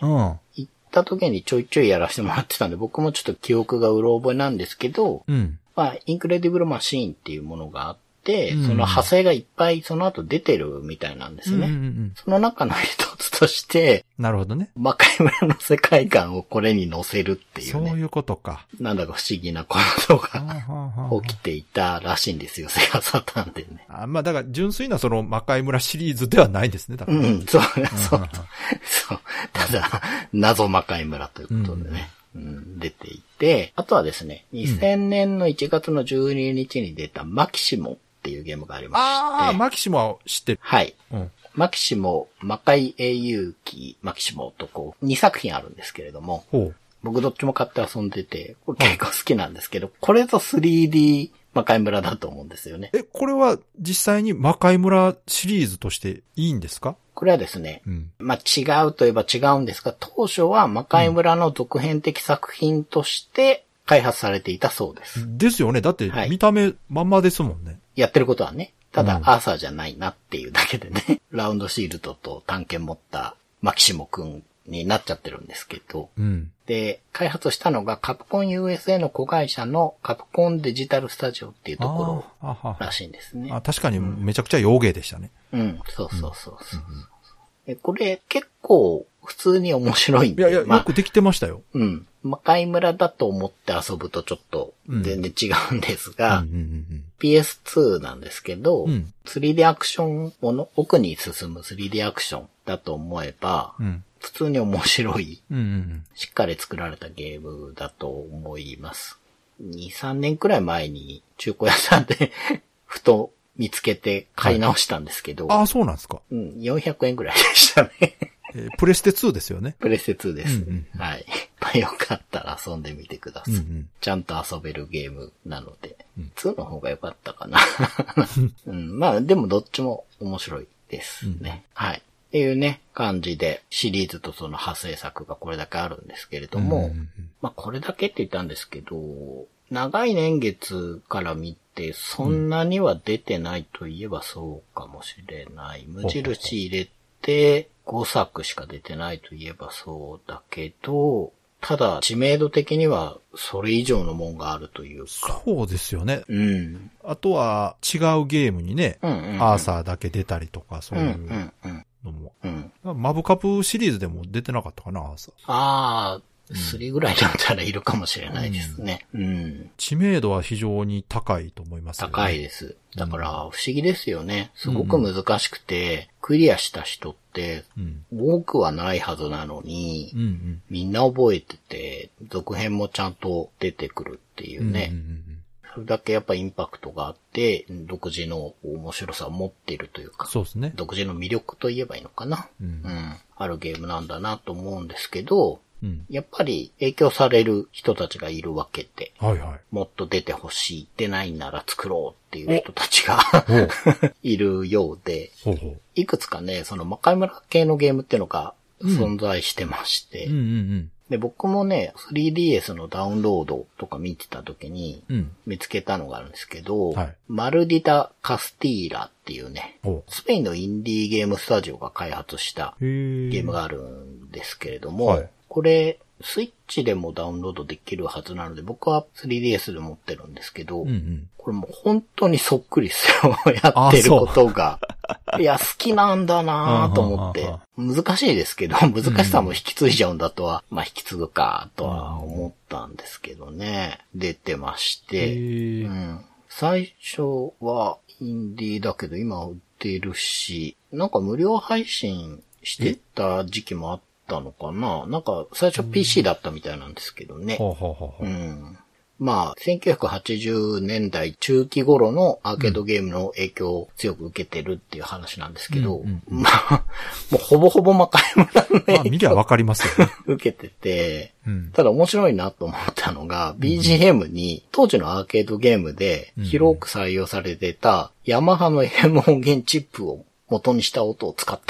うん、行った時にちょいちょいやらせてもらってたんで、僕もちょっと記憶がうろ覚えなんですけど、 うん、 まあ、インクレディブルマシーンっていうものがあって、で、その派生がいっぱいその後出てるみたいなんですね。 うんうんうん、 その中の一つとして、 なるほどね。 魔界村の世界観をこれに載せるっていうね。 そういうことか。 なんだか不思議なことが起きていたらしいんですよ、セガサターンでね。 あ、まあだから純粋なその魔界村シリーズではないですね、だから。 うん、そうね、そう。そう。ただ、謎魔界村ということでね。うんうん、出ていて、あとはですね、にせんねんのいちがつのじゅうににちに出たマキシモっていうゲームがありまして。 ああ、マキシモは知ってる。 はい。 うん、 マキシモ、魔界英雄記、マキシモとこう、にさく品あるんですけれども、 ほう、 僕どっちも買って遊んでて、これ結構好きなんですけど、これぞ スリーディー 魔界村だと思うんですよね。 え、これは実際に魔界村シリーズとしていいんですか？ これはですね、 うん、 まあ違うといえば違うんですが、当初は魔界村の続編的作品として開発されていたそうです。 ですよね。だって見た目まんまですもんね。はい、 やってることはね。ただ、アーサーじゃないなっていうだけでね、うん、ラウンドシールドと探検持ったマキシモくんになっちゃってるんですけど、 うん、 で、開発したのがカプコン ユーエスエー の子会社のカプコンデジタルスタジオっていうところらしいんですね。 ああ、確かにめちゃくちゃ洋芸でしたね。 うん、うん、そうそうそうそう、うん、これ結構普通に面白いんで。 いやいや、 まあ、 よくできてましたよ。 うん。魔界村だと思って遊ぶとちょっと全然違うんですが、ピーエスツー なんですけど、うん、スリーディー アクションもの、奥に進む スリーディー アクションだと思えば、うん、普通に面白い、 うんうんうん、 しっかり作られたゲームだと思います。に、さんねんくらい前に中古屋さんでふと見つけて買い直したんですけど。 はい、ああ、そうなんですか。 うん、よんひゃくえんくらいでしたね。 えー、プレステツーですよね。 プレステツーです。うんうん、はい。まあ、よかったら遊んでみてください。うんうん、ちゃんと遊べるゲームなので。うん、ツーの方が良かったかな、うん。まあ、でもどっちも面白いですね。うん、はい。っていうね、感じで、シリーズとその派生作がこれだけあるんですけれども、うんうんうん、まあ、これだけって言ったんですけど、長い年月から見て、そんなには出てないといえばそうかもしれない。無印入れて、ごさくしか出てないといえばそうだけど、ただ知名度的にはそれ以上のもんがあるというか。 そうですよね。 うん。 あとは違うゲームにね、うんうんうん、アーサーだけ出たりとか、そういうのも。うんうん、マブカプシリーズでも出てなかったかな、アーサー。 ああ。スリーぐらいだったらいるかもしれないですね。うん。うん、 知名度は非常に高いと思いますよね。 高いです。だから不思議ですよね。すごく難しくて、クリアした人って多くはないはずなのに、うんうん、みんな覚えてて、続編もちゃんと出てくるっていうね。うんうんうん、それだけやっぱインパクトがあって、独自の面白さを持っているというか、 そうですね。 独自の魅力と言えばいいのかな。うん、うん。あるゲームなんだなと思うんですけど、うん、やっぱり影響される人たちがいるわけで、 はいはい、 もっと出てほしい、出ないなら作ろうっていう人たちがいるようで、 ほうほう、 いくつかね、その魔界村系のゲームっていうのが存在してまして、 うんうんうんうん、 で僕もね、スリーディーエス のダウンロードとか見てた時に見つけたのがあるんですけど、うん、はい、マルディタ・カスティーラっていうね、スペインのインディーゲームスタジオが開発したゲームがあるんですけれども、はい、これ、スイッチでもダウンロードできるはずなので、僕は スリーディーエス で持ってるんですけど、うんうん、これもう本当にそっくりですよ。やってることが。いや、好きなんだなぁと思って。難しいですけど、難しさも引き継いじゃうんだとは、うん、まあ引き継ぐかとは思ったんですけどね。出てまして、うん、最初はインディーだけど今売ってるし、なんか無料配信してた時期もあったのかな、なんか最初 ピーシー だったみたいなんですけどね。 うん、 うん、まあせんきゅうひゃくはちじゅうねんだい中期頃のアーケードゲームの影響を強く受けてるっていう話なんですけど、うんうん、まあもうほぼほぼ魔界村の影響、 まあ、見りゃわかりますよね。 受けてて、うん、ただ面白いなと思ったのが、うん、ビージーエム に当時のアーケードゲームで広く採用されてたヤマハの エフエム 音源チップを元にした音を使っているっ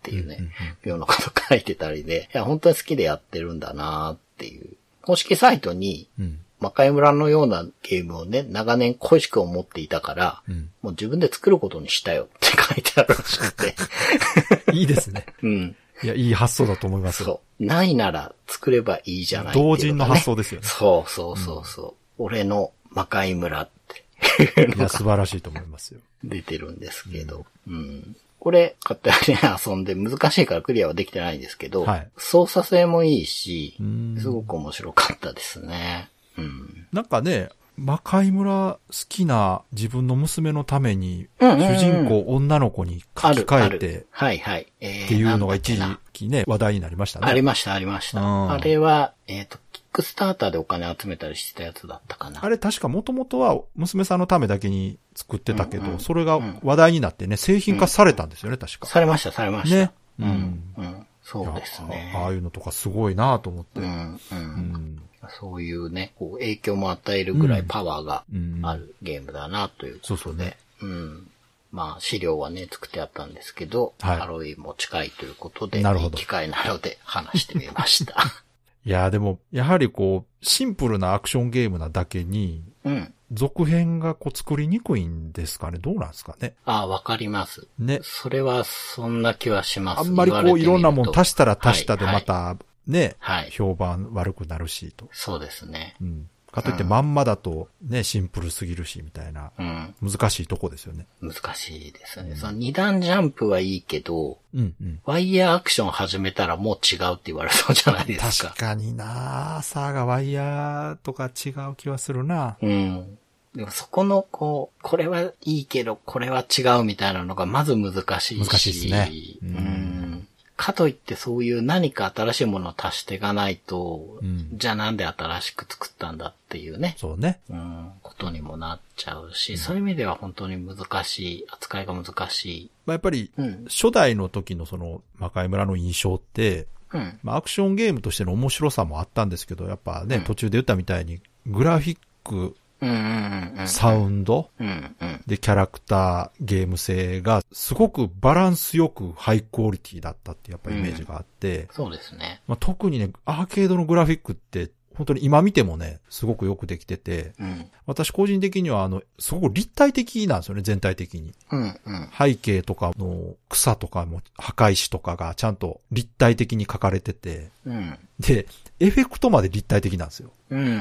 っていうね、ようなこと書いてたりで、いや、本当に好きでやってるんだなっていう。公式サイトに、うん、魔界村のようなゲームをね、長年恋しく思っていたから、うん、もう自分で作ることにしたよって書いてあるらしくて。 いいですね。 うん。 いや、いい発想だと思いますよ。 そう。ないなら作ればいいじゃないっていう、 ね。同人の発想ですよね。 そうそうそうそう。うん、俺の魔界村っていうのが。 いや、素晴らしいと思いますよ。 出てるんですけど。うん。うんこれ、買って遊んで難しいからクリアはできてないんですけど、はい、操作性もいいし、すごく面白かったですね。うん、 なんかね、魔界村好きな自分の娘のために、主人公女の子に書き換えて、 はいはい。 っていうのが一時期ね、話題になりましたね。 ありました、ありました。あれは、えっと、キックスターターでお金集めたりしてたやつだったかな。 あれ確か元々は娘さんのためだけに作ってたけど、うんうん、それが話題になってね、製品化されたんですよね、確か。 されました、されました。 ね。 うん。うん。そうですね。 ああいうのとかすごいなと思って。 うん。うん。うんそういうね、こう影響も与えるぐらいパワーがあるゲームだなということで。そうそうね。うん。まあ資料はね、作ってあったんですけど、はい、ハロウィンも近いということで、なるほど。いい機会なので話してみました。 いやでも、やはりこう、シンプルなアクションゲームなだけに、うん。続編がこう作りにくいんですかね。どうなんですかね。 ああ、わかります。ね。それはそんな気はします。 あんまりこういろんなもん足したら足したでまた、はいはいね、はい。評判悪くなるしと。 そうですね。 うん。かといってまんまだとね、シンプルすぎるし、みたいな。うん。難しいとこですよね。 難しいですね。うん、その二段ジャンプはいいけど、うんうん。ワイヤーアクション始めたらもう違うって言われそうじゃないですか。 確かになサーがワイヤーとか違う気はするなうん。でもそこの、こう、これはいいけど、これは違うみたいなのがまず難しいし。 難しいですね。 うん。うんかといってそういう何か新しいものを足していかないと、うん、じゃあなんで新しく作ったんだっていうね。 そうね。 うん、ことにもなっちゃうし、うん、そういう意味では本当に難しい、扱いが難しい。 まあ、やっぱり、うん、初代の時のその魔界村の印象って、うんまあ、アクションゲームとしての面白さもあったんですけど、やっぱね、うん、途中で言ったみたいにグラフィック、サウンド、うんうん、でキャラクター、ゲーム性がすごくバランスよくハイクオリティだったってやっぱイメージがあって、うん、 そうですね。 まあ、特にね、アーケードのグラフィックって本当に今見てもね、すごくよくできてて、うん、私個人的にはあの、すごく立体的なんですよね、全体的に。うんうん、背景とかの草とかも墓石とかがちゃんと立体的に描かれてて、うん、で、エフェクトまで立体的なんですよ。うんうんうん、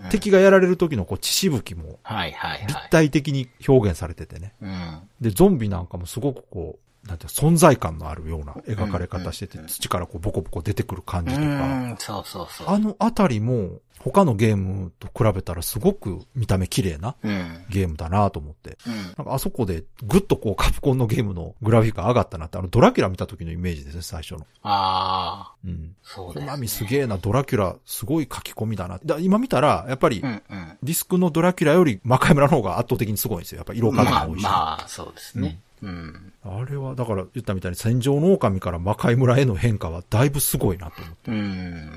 敵がやられる時のこう血しぶきも立体的に表現されててね。はいはいはい、で、ゾンビなんかもすごくこう、なんていう存在感のあるような描かれ方してて、うんうんうん、土からこうボコボコ出てくる感じとか、うん、 そうそうそう。 あのあたりも他のゲームと比べたらすごく見た目綺麗なゲームだなと思って、うん、なんかあそこでぐっとこうカプコンのゲームのグラフィックが上がったなって、あのドラキュラ見た時のイメージですね、最初の。 ああ。 うん。そうですね。コナミすげえな、ドラキュラすごい書き込みだな。だ今見たら、やっぱり、ディスクのドラキュラより魔界村の方が圧倒的にすごいんですよ。やっぱ色数も多いし。 まあ、まあ、そうですね。うんうん、 あれは、だから言ったみたいに戦場の狼から魔界村への変化はだいぶすごいなと思って。うん。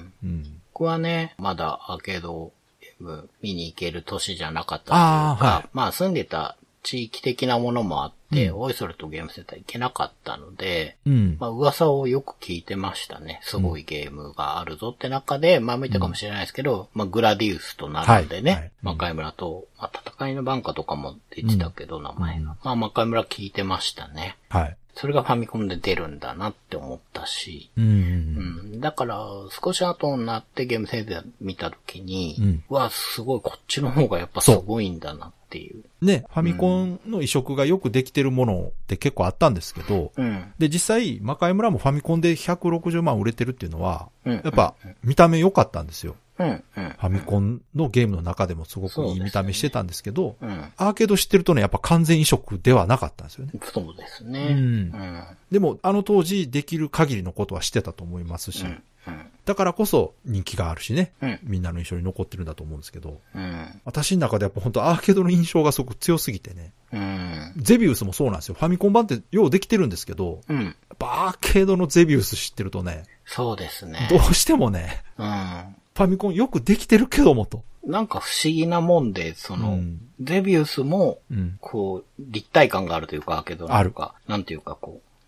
うん、僕はね、まだアーケードゲーム見に行ける年じゃなかったというか、あ、はい、まあ住んでた地域的なものもあって、うん、おいそれとゲームセンター行けなかったので、うん、まあ噂をよく聞いてましたね。すごいゲームがあるぞって中で、まあ見たかもしれないですけど、うん、まあグラディウスと並んでね、はいはい、魔界村と、まあ戦いの番家とかも出てたけど、うん、名前が。まあ魔界村聞いてましたね。はい。それがファミコンで出るんだなって思ったし、うんうんうん、だから少し後になってゲームセンター見たときに、うん、うわ、すごいこっちの方がやっぱすごいんだなっていう。 ね、ファミコンの移植がよくできてるものって結構あったんですけど、うん、で、実際、魔界村もファミコンでひゃくろくじゅうまん売れてるっていうのは、うん、やっぱ見た目良かったんですよ。うんうん、ファミコンのゲームの中でもすごくいい見た目してたんですけど、うん、アーケード知ってるとね、やっぱ完全移植ではなかったんですよね。 そうですね。うんうん、でも、あの当時できる限りのことはしてたと思いますし、うんうん、だからこそ人気があるしね、うん、みんなの印象に残ってるんだと思うんですけど、うん、私の中でやっぱ本当アーケードの印象がすごく強すぎてね、うん、ゼビウスもそうなんですよ。ファミコン版ってようできてるんですけど、うん、やっぱアーケードのゼビウス知ってるとね、 そうですね。 どうしてもね、うんファミコンよくできてるけどもと。 なんか不思議なもんで、その、うん、ゼビウスも、こう、立体感があるというか、けどなんか、なんていうかこう、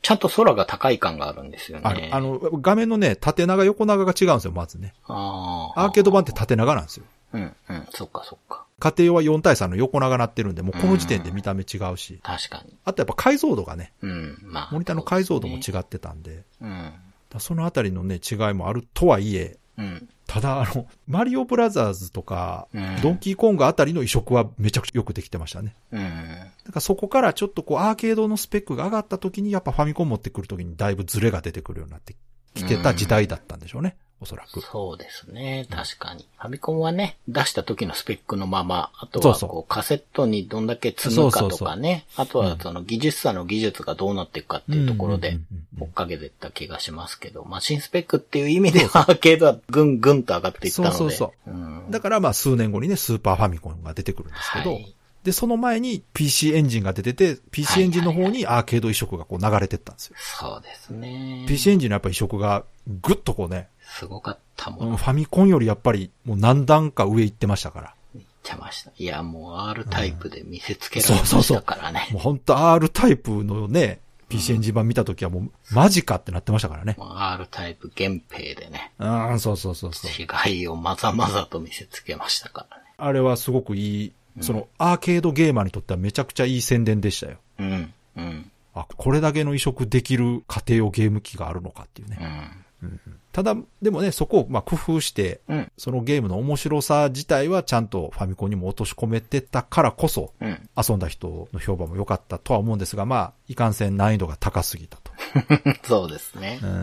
ちゃんと空が高い感があるんですよね。 ある。あの、画面のね、縦長横長が違うんですよ、まずね。ああ。アーケード版って縦長なんですよ。 うん、うん、そっかそっか。 家庭用はよん対さんの横長なってるんで、もうこの時点で見た目違うし。うん、 確かに。 あとやっぱ解像度がね。 うん、まあ。 モニターの解像度も違ってたんで。 うん。 だそのあたりのね、違いもあるとはいえ。うん。ただ、あの、マリオブラザーズとか、うん、ドンキーコングあたりの移植はめちゃくちゃよくできてましたね。うん。だからそこからちょっとこうアーケードのスペックが上がった時にやっぱファミコン持ってくる時にだいぶズレが出てくるようになってきてた時代だったんでしょうね。おそらく。 そうですね。確かに。ファミコンはね、出した時のスペックのまま、あとはこうそうそうカセットにどんだけ積むかとかね。そうそうそうあとはその技術者の技術がどうなっていくかっていうところで追っかけていった気がしますけど、まあ新スペックっていう意味ではアーケードはぐんぐんと上がっていったので。そうそうそう。うん、だからまあ数年後にね、スーパーファミコンが出てくるんですけど、はい、で、その前に ピーシー エンジンが出てて、ピーシー エンジンの方にアーケード移植がこう流れてったんですよ。 そうですね。 ピーシー エンジンのやっぱり移植がぐっとこうね、 すごかったもん。 ファミコンよりやっぱりもう何段か上行ってましたから。 行ってました。いやもう R タイプで見せつけられましたからね。 うん、そうそうそうもう本当 R タイプのね、ピーシー エンジン版見たときはもうマジかってなってましたからね。 R タイプ原兵でね。 ああ、そうそうそうそう。 違いをまざまざと見せつけましたからね。 あれはすごくいい、そのアーケードゲーマーにとってはめちゃくちゃいい宣伝でしたよ。うん。うん。あ、これだけの移植できる家庭用ゲーム機があるのかっていうね。うん。うん、ただ、でもね、そこをまあ工夫して、うん、そのゲームの面白さ自体はちゃんとファミコンにも落とし込めてたからこそ、うん、遊んだ人の評判も良かったとは思うんですが、まあ、いかんせん難易度が高すぎたと。 そうですね。 うん。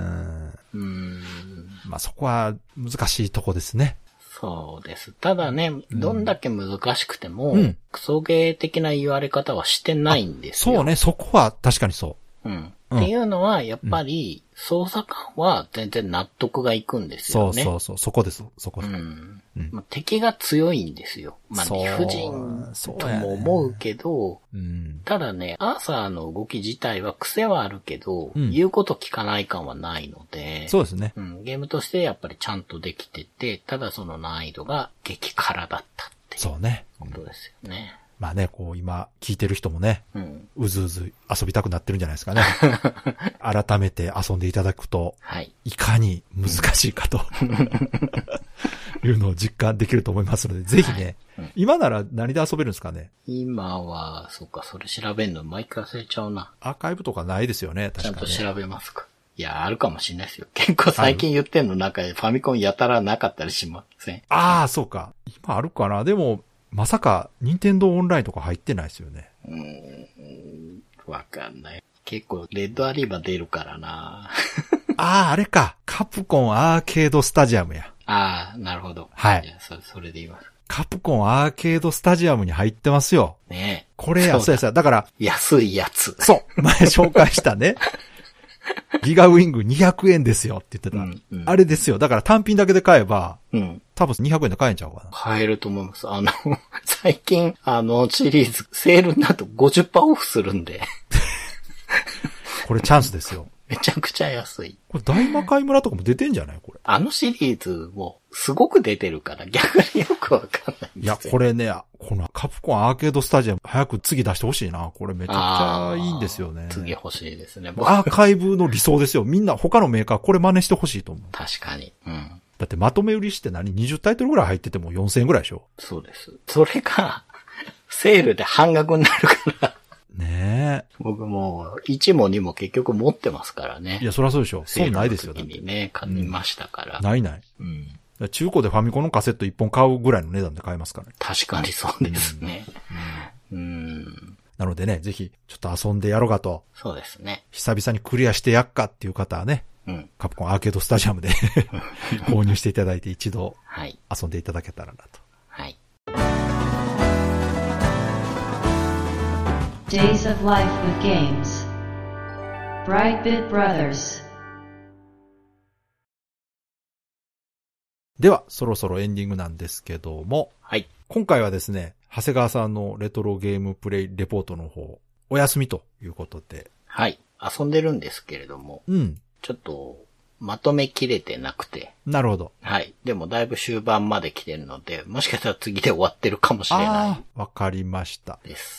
うーん。まあそこは難しいとこですね。 そうです。ただね、どんだけ難しくても、うん、クソゲー的な言われ方はしてないんですよ。 そうね、そこは確かにそう。 うん。うん、っていうのは、やっぱり、操作感は全然納得がいくんですよね。 そうそうそう、そこです、そこです。 うんうんまあ、敵が強いんですよ。まあ、理不尽とも思うけど、うねうん、ただね、アーサーの動き自体は癖はあるけど、うん、言うこと聞かない感はないので、 そうですね、 うん。ゲームとしてやっぱりちゃんとできてて、ただその難易度が激辛だったっていう。 そうね。 ことですよね。 まあね、こう今聞いてる人もね、うん、うずうず遊びたくなってるんじゃないですかね。改めて遊んでいただくと、はい、いかに難しいかと、いうのを実感できると思いますので、ぜひね、はいうん、今なら何で遊べるんですかね。 今は、そうか、それ調べるの毎回忘れちゃうな。 アーカイブとかないですよね、確かに、ね。 ちゃんと調べますか。いや、あるかもしれないですよ。結構最近言ってんの中でファミコンやたらなかったりしません。 ああ、そうか。今あるかな。でも、まさか、任天堂オンラインとか入ってないですよね。 うーん、わかんない。結構、レッドアリーバ出るからなああ、あれか。カプコンアーケードスタジアムや。 ああ、なるほど。 はい。 いや、それ、それで言います。 カプコンアーケードスタジアムに入ってますよ。 ねえ。 これや、そうやさ。だから。 安いやつ。 そう。前紹介したね。ギガウィングにひゃくえんですよって言ってた、うんうん。あれですよ。だから単品だけで買えば、うん、多分にひゃくえんで買えんちゃうかな。 買えると思います。あの、最近、あの、シリーズ、セールになると ごじゅっパーセント オフするんで。 これチャンスですよ。 めちゃくちゃ安い。 これ大魔界村とかも出てんじゃないこれ。 あのシリーズもすごく出てるから逆によくわかんないんですよ。 いや、これね、このカプコンアーケードスタジアム早く次出してほしいな。これめちゃくちゃいいんですよね。 次欲しいですね。 アーカイブの理想ですよ。みんな他のメーカーこれ真似してほしいと思う。 確かに。うん。 だってまとめ売りして何 ?にじゅう タイトルぐらい入っててもよんせんえんぐらいでしょ。 そうです。それが、セールで半額になるから。 ねえ。 僕もいちもにも結局持ってますからね。 いや、そりゃそうでしょ。そうないですよ。 セールの時にね、買いましたから。 うん、ないない。うん。中古でファミコンのカセットいっぽん買うぐらいの値段で買えますからね。 確かにそうですね。うん。うん、 なのでね、ぜひ、ちょっと遊んでやろうかと。 そうですね。 久々にクリアしてやっかっていう方はね。うん、カプコンアーケードスタジアムで購入していただいて一度遊んでいただけたらなと。はい。 Days of Life with Games Brightbit Brothers では、そろそろエンディングなんですけども、 はい。 今回はですね、長谷川さんのレトロゲームプレイレポートの方、お休みということで。 はい。遊んでるんですけれども。うん。ちょっと、まとめきれてなくて。 なるほど。 はい。でもだいぶ終盤まで来てるので、もしかしたら次で終わってるかもしれない。 わかりました。 です。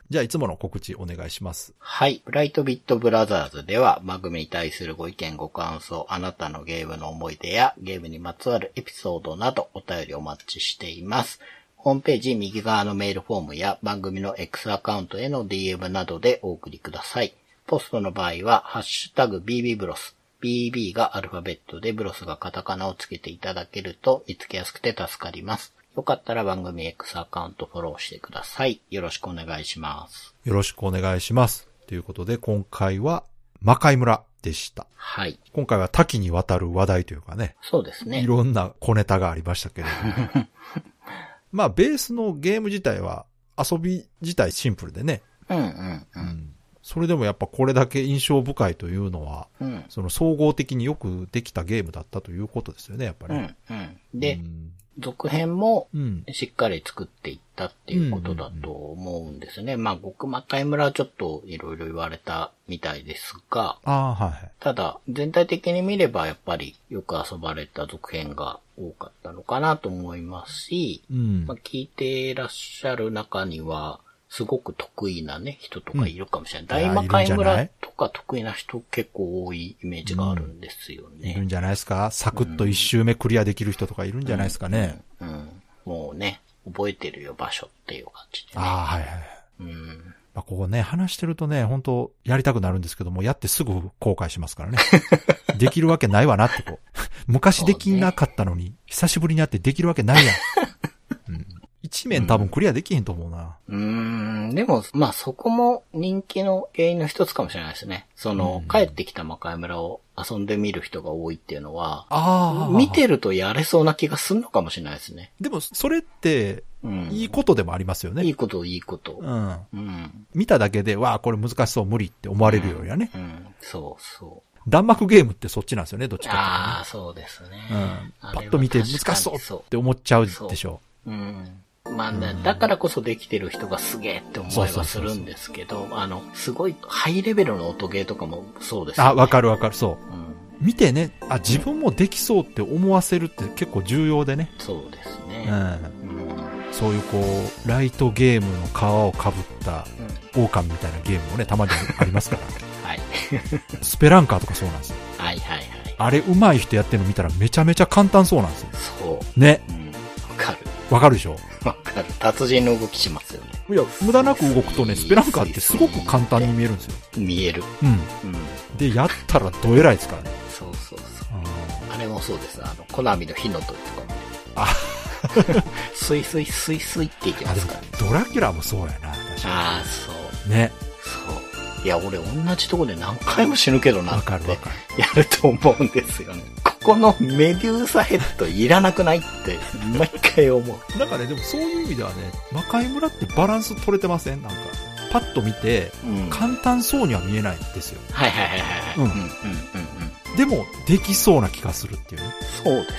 じゃあいつもの告知お願いします。 はい。ブライトビットブラザーズでは番組に対するご意見ご感想、あなたのゲームの思い出やゲームにまつわるエピソードなどお便りお待ちしています。ホームページ右側のメールフォームや番組の X アカウントへの ディーエム などでお送りください。ポストの場合はハッシュタグ ビービー ブロス、ビービー がアルファベットでブロスがカタカナをつけていただけると見つけやすくて助かります。よかったら番組 X アカウントフォローしてください。よろしくお願いします。 よろしくお願いします。ということで今回は魔界村でした。 はい。 今回は多岐にわたる話題というかね。 そうですね。 いろんな小ネタがありましたけれども。まあベースのゲーム自体は遊び自体シンプルでね。 うんうんうん。うんそれでもやっぱこれだけ印象深いというのは、うん、その総合的によくできたゲームだったということですよね、やっぱり。 うんうん、で、うん、続編もしっかり作っていったっていうことだと思うんですね。まあ、極魔界村はちょっといろいろ言われたみたいですが、 あ、はい、 ただ全体的に見ればやっぱりよく遊ばれた続編が多かったのかなと思いますし、うんまあ、聞いていらっしゃる中には、すごく得意なね、人とかいるかもしれない。うん、大魔界村とか得意な人結構多いイメージがあるんですよね。 うん、いるんじゃないですか。サクッと一周目クリアできる人とかいるんじゃないですかね。 うん。うんうん、もうね、覚えてるよ場所っていう感じで、ね。 ああ、はいはい。うん。まあ、ここね、話してるとね、本当やりたくなるんですけども、やってすぐ後悔しますからね。できるわけないわなってこう。昔できなかったのに、ね、久しぶりにやってできるわけないやん。うん一面多分クリアできへんと思うな。 うーん、でも、まあそこも人気の原因の一つかもしれないですね。その、帰ってきた魔界村を遊んでみる人が多いっていうのは、あ見てるとやれそうな気がするのかもしれないですね。 でも、それって、いいことでもありますよね。 いいこと、いいこと。うん。 うん、見ただけで、わあ、これ難しそう、無理って思われるよりはね。 うん、うん、そうそう。 弾幕ゲームってそっちなんですよね、どっちかっていうと、ね。 ああ、そうですね。 うん。パッと見て難しそうって思っちゃうでしょ。 ううんまあね、だからこそできてる人がすげえって思いはするんですけど、あの、すごいハイレベルの音ゲーとかもそうですよね。 あ、わかるわかる、そう。うん、見てね、あ、自分もできそうって思わせるって結構重要でね。 そうですね。 うん。うん、そういうこう、ライトゲームの皮をかぶった狼みたいなゲームもね、たまにありますから。はい。スペランカーとかそうなんですよ。 はいはいはい。 あれ上手い人やってるの見たらめちゃめちゃ簡単そうなんですよ。 そう。 ね。 うん。わかる。 わかるでしょわかる。達人の動きしますよね。 いや、無駄なく動くとね、スペランカーってすごく簡単に見えるんですよ。 見える。 うん。うん。で、やったらどえらいですからね。 そうそうそう。あれもそうです。あの、コナミの火の鳥とかもね。 あスイスイスイスイっていきますからね。 ドラキュラもそうやな。 ああ、そう。 ね。 そう。いや、俺同じとこで何回も死ぬけどなって。やると思うんですよね。ここのメデューサヘッドいらなくないって毎回思う。 なんかね、でもそういう意味ではね、魔界村ってバランス取れてません？なんかパッと見て、うん、簡単そうには見えないんですよ。 はいはいはいはい。うんうんうんうんうん。でもできそうな気がするっていうね。 そうです。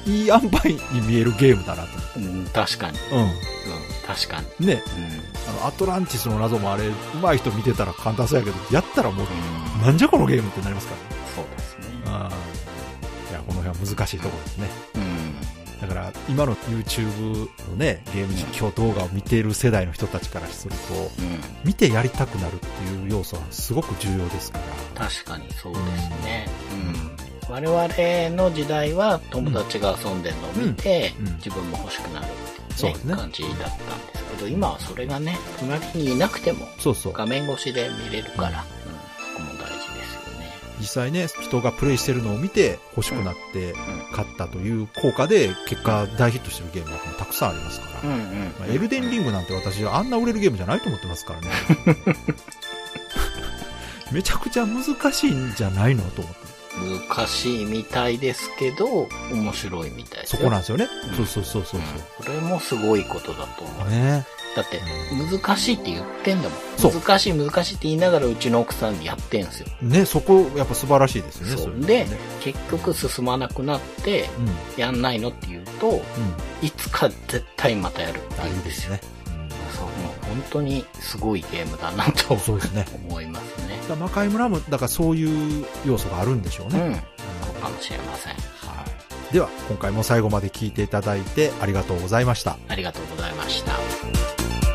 いい塩梅に見えるゲームだなと。 うん、確かに。 うん。うん、 確かに。 ね。うん、あのアトランティスの謎もあれ上手い人見てたら簡単そうやけど、やったらもう、うん、なんじゃこのゲームってなりますからね。 そうですね。 あいやこの辺は難しいところですね。 うん。 だから今の YouTube のねゲーム実況動画を見ている世代の人たちからすると、うん、見てやりたくなるっていう要素はすごく重要ですから。 確かにそうですね。うん。うん我々の時代は友達が遊んでるのを見て、うんうん、自分も欲しくなるっていう、ね、ね感じだったんですけど、今はそれがね、隣にいなくても画面越しで見れるから、うん、そこも大事ですよね。 実際ね、人がプレイしてるのを見て欲しくなって買ったという効果で結果大ヒットしてるゲームがたくさんありますから、うんうんまあ、エルデンリングなんて私はあんな売れるゲームじゃないと思ってますからね。めちゃくちゃ難しいんじゃないのと思って。 難しいみたいですけど面白いみたいですよ。 そこなんですよね、うん、そうそうそうそう、うん、 これもすごいことだと思う、 ね、 だって難しいって言ってんだもん。難しい難しいって言いながらうちの奥さんやってんすよね。そこやっぱ素晴らしいですよね。 そうそで、ね、結局進まなくなって、うん、やんないのって言うと、うん、いつか絶対またやるって言うんですよね。そうもう本当にすごいゲームだなとそうです、ね、思いますね。 魔界村もだからそういう要素があるんでしょうね。うん、 そうかもしれません。はい。 では今回も最後まで聞いていただいてありがとうございました。 ありがとうございました。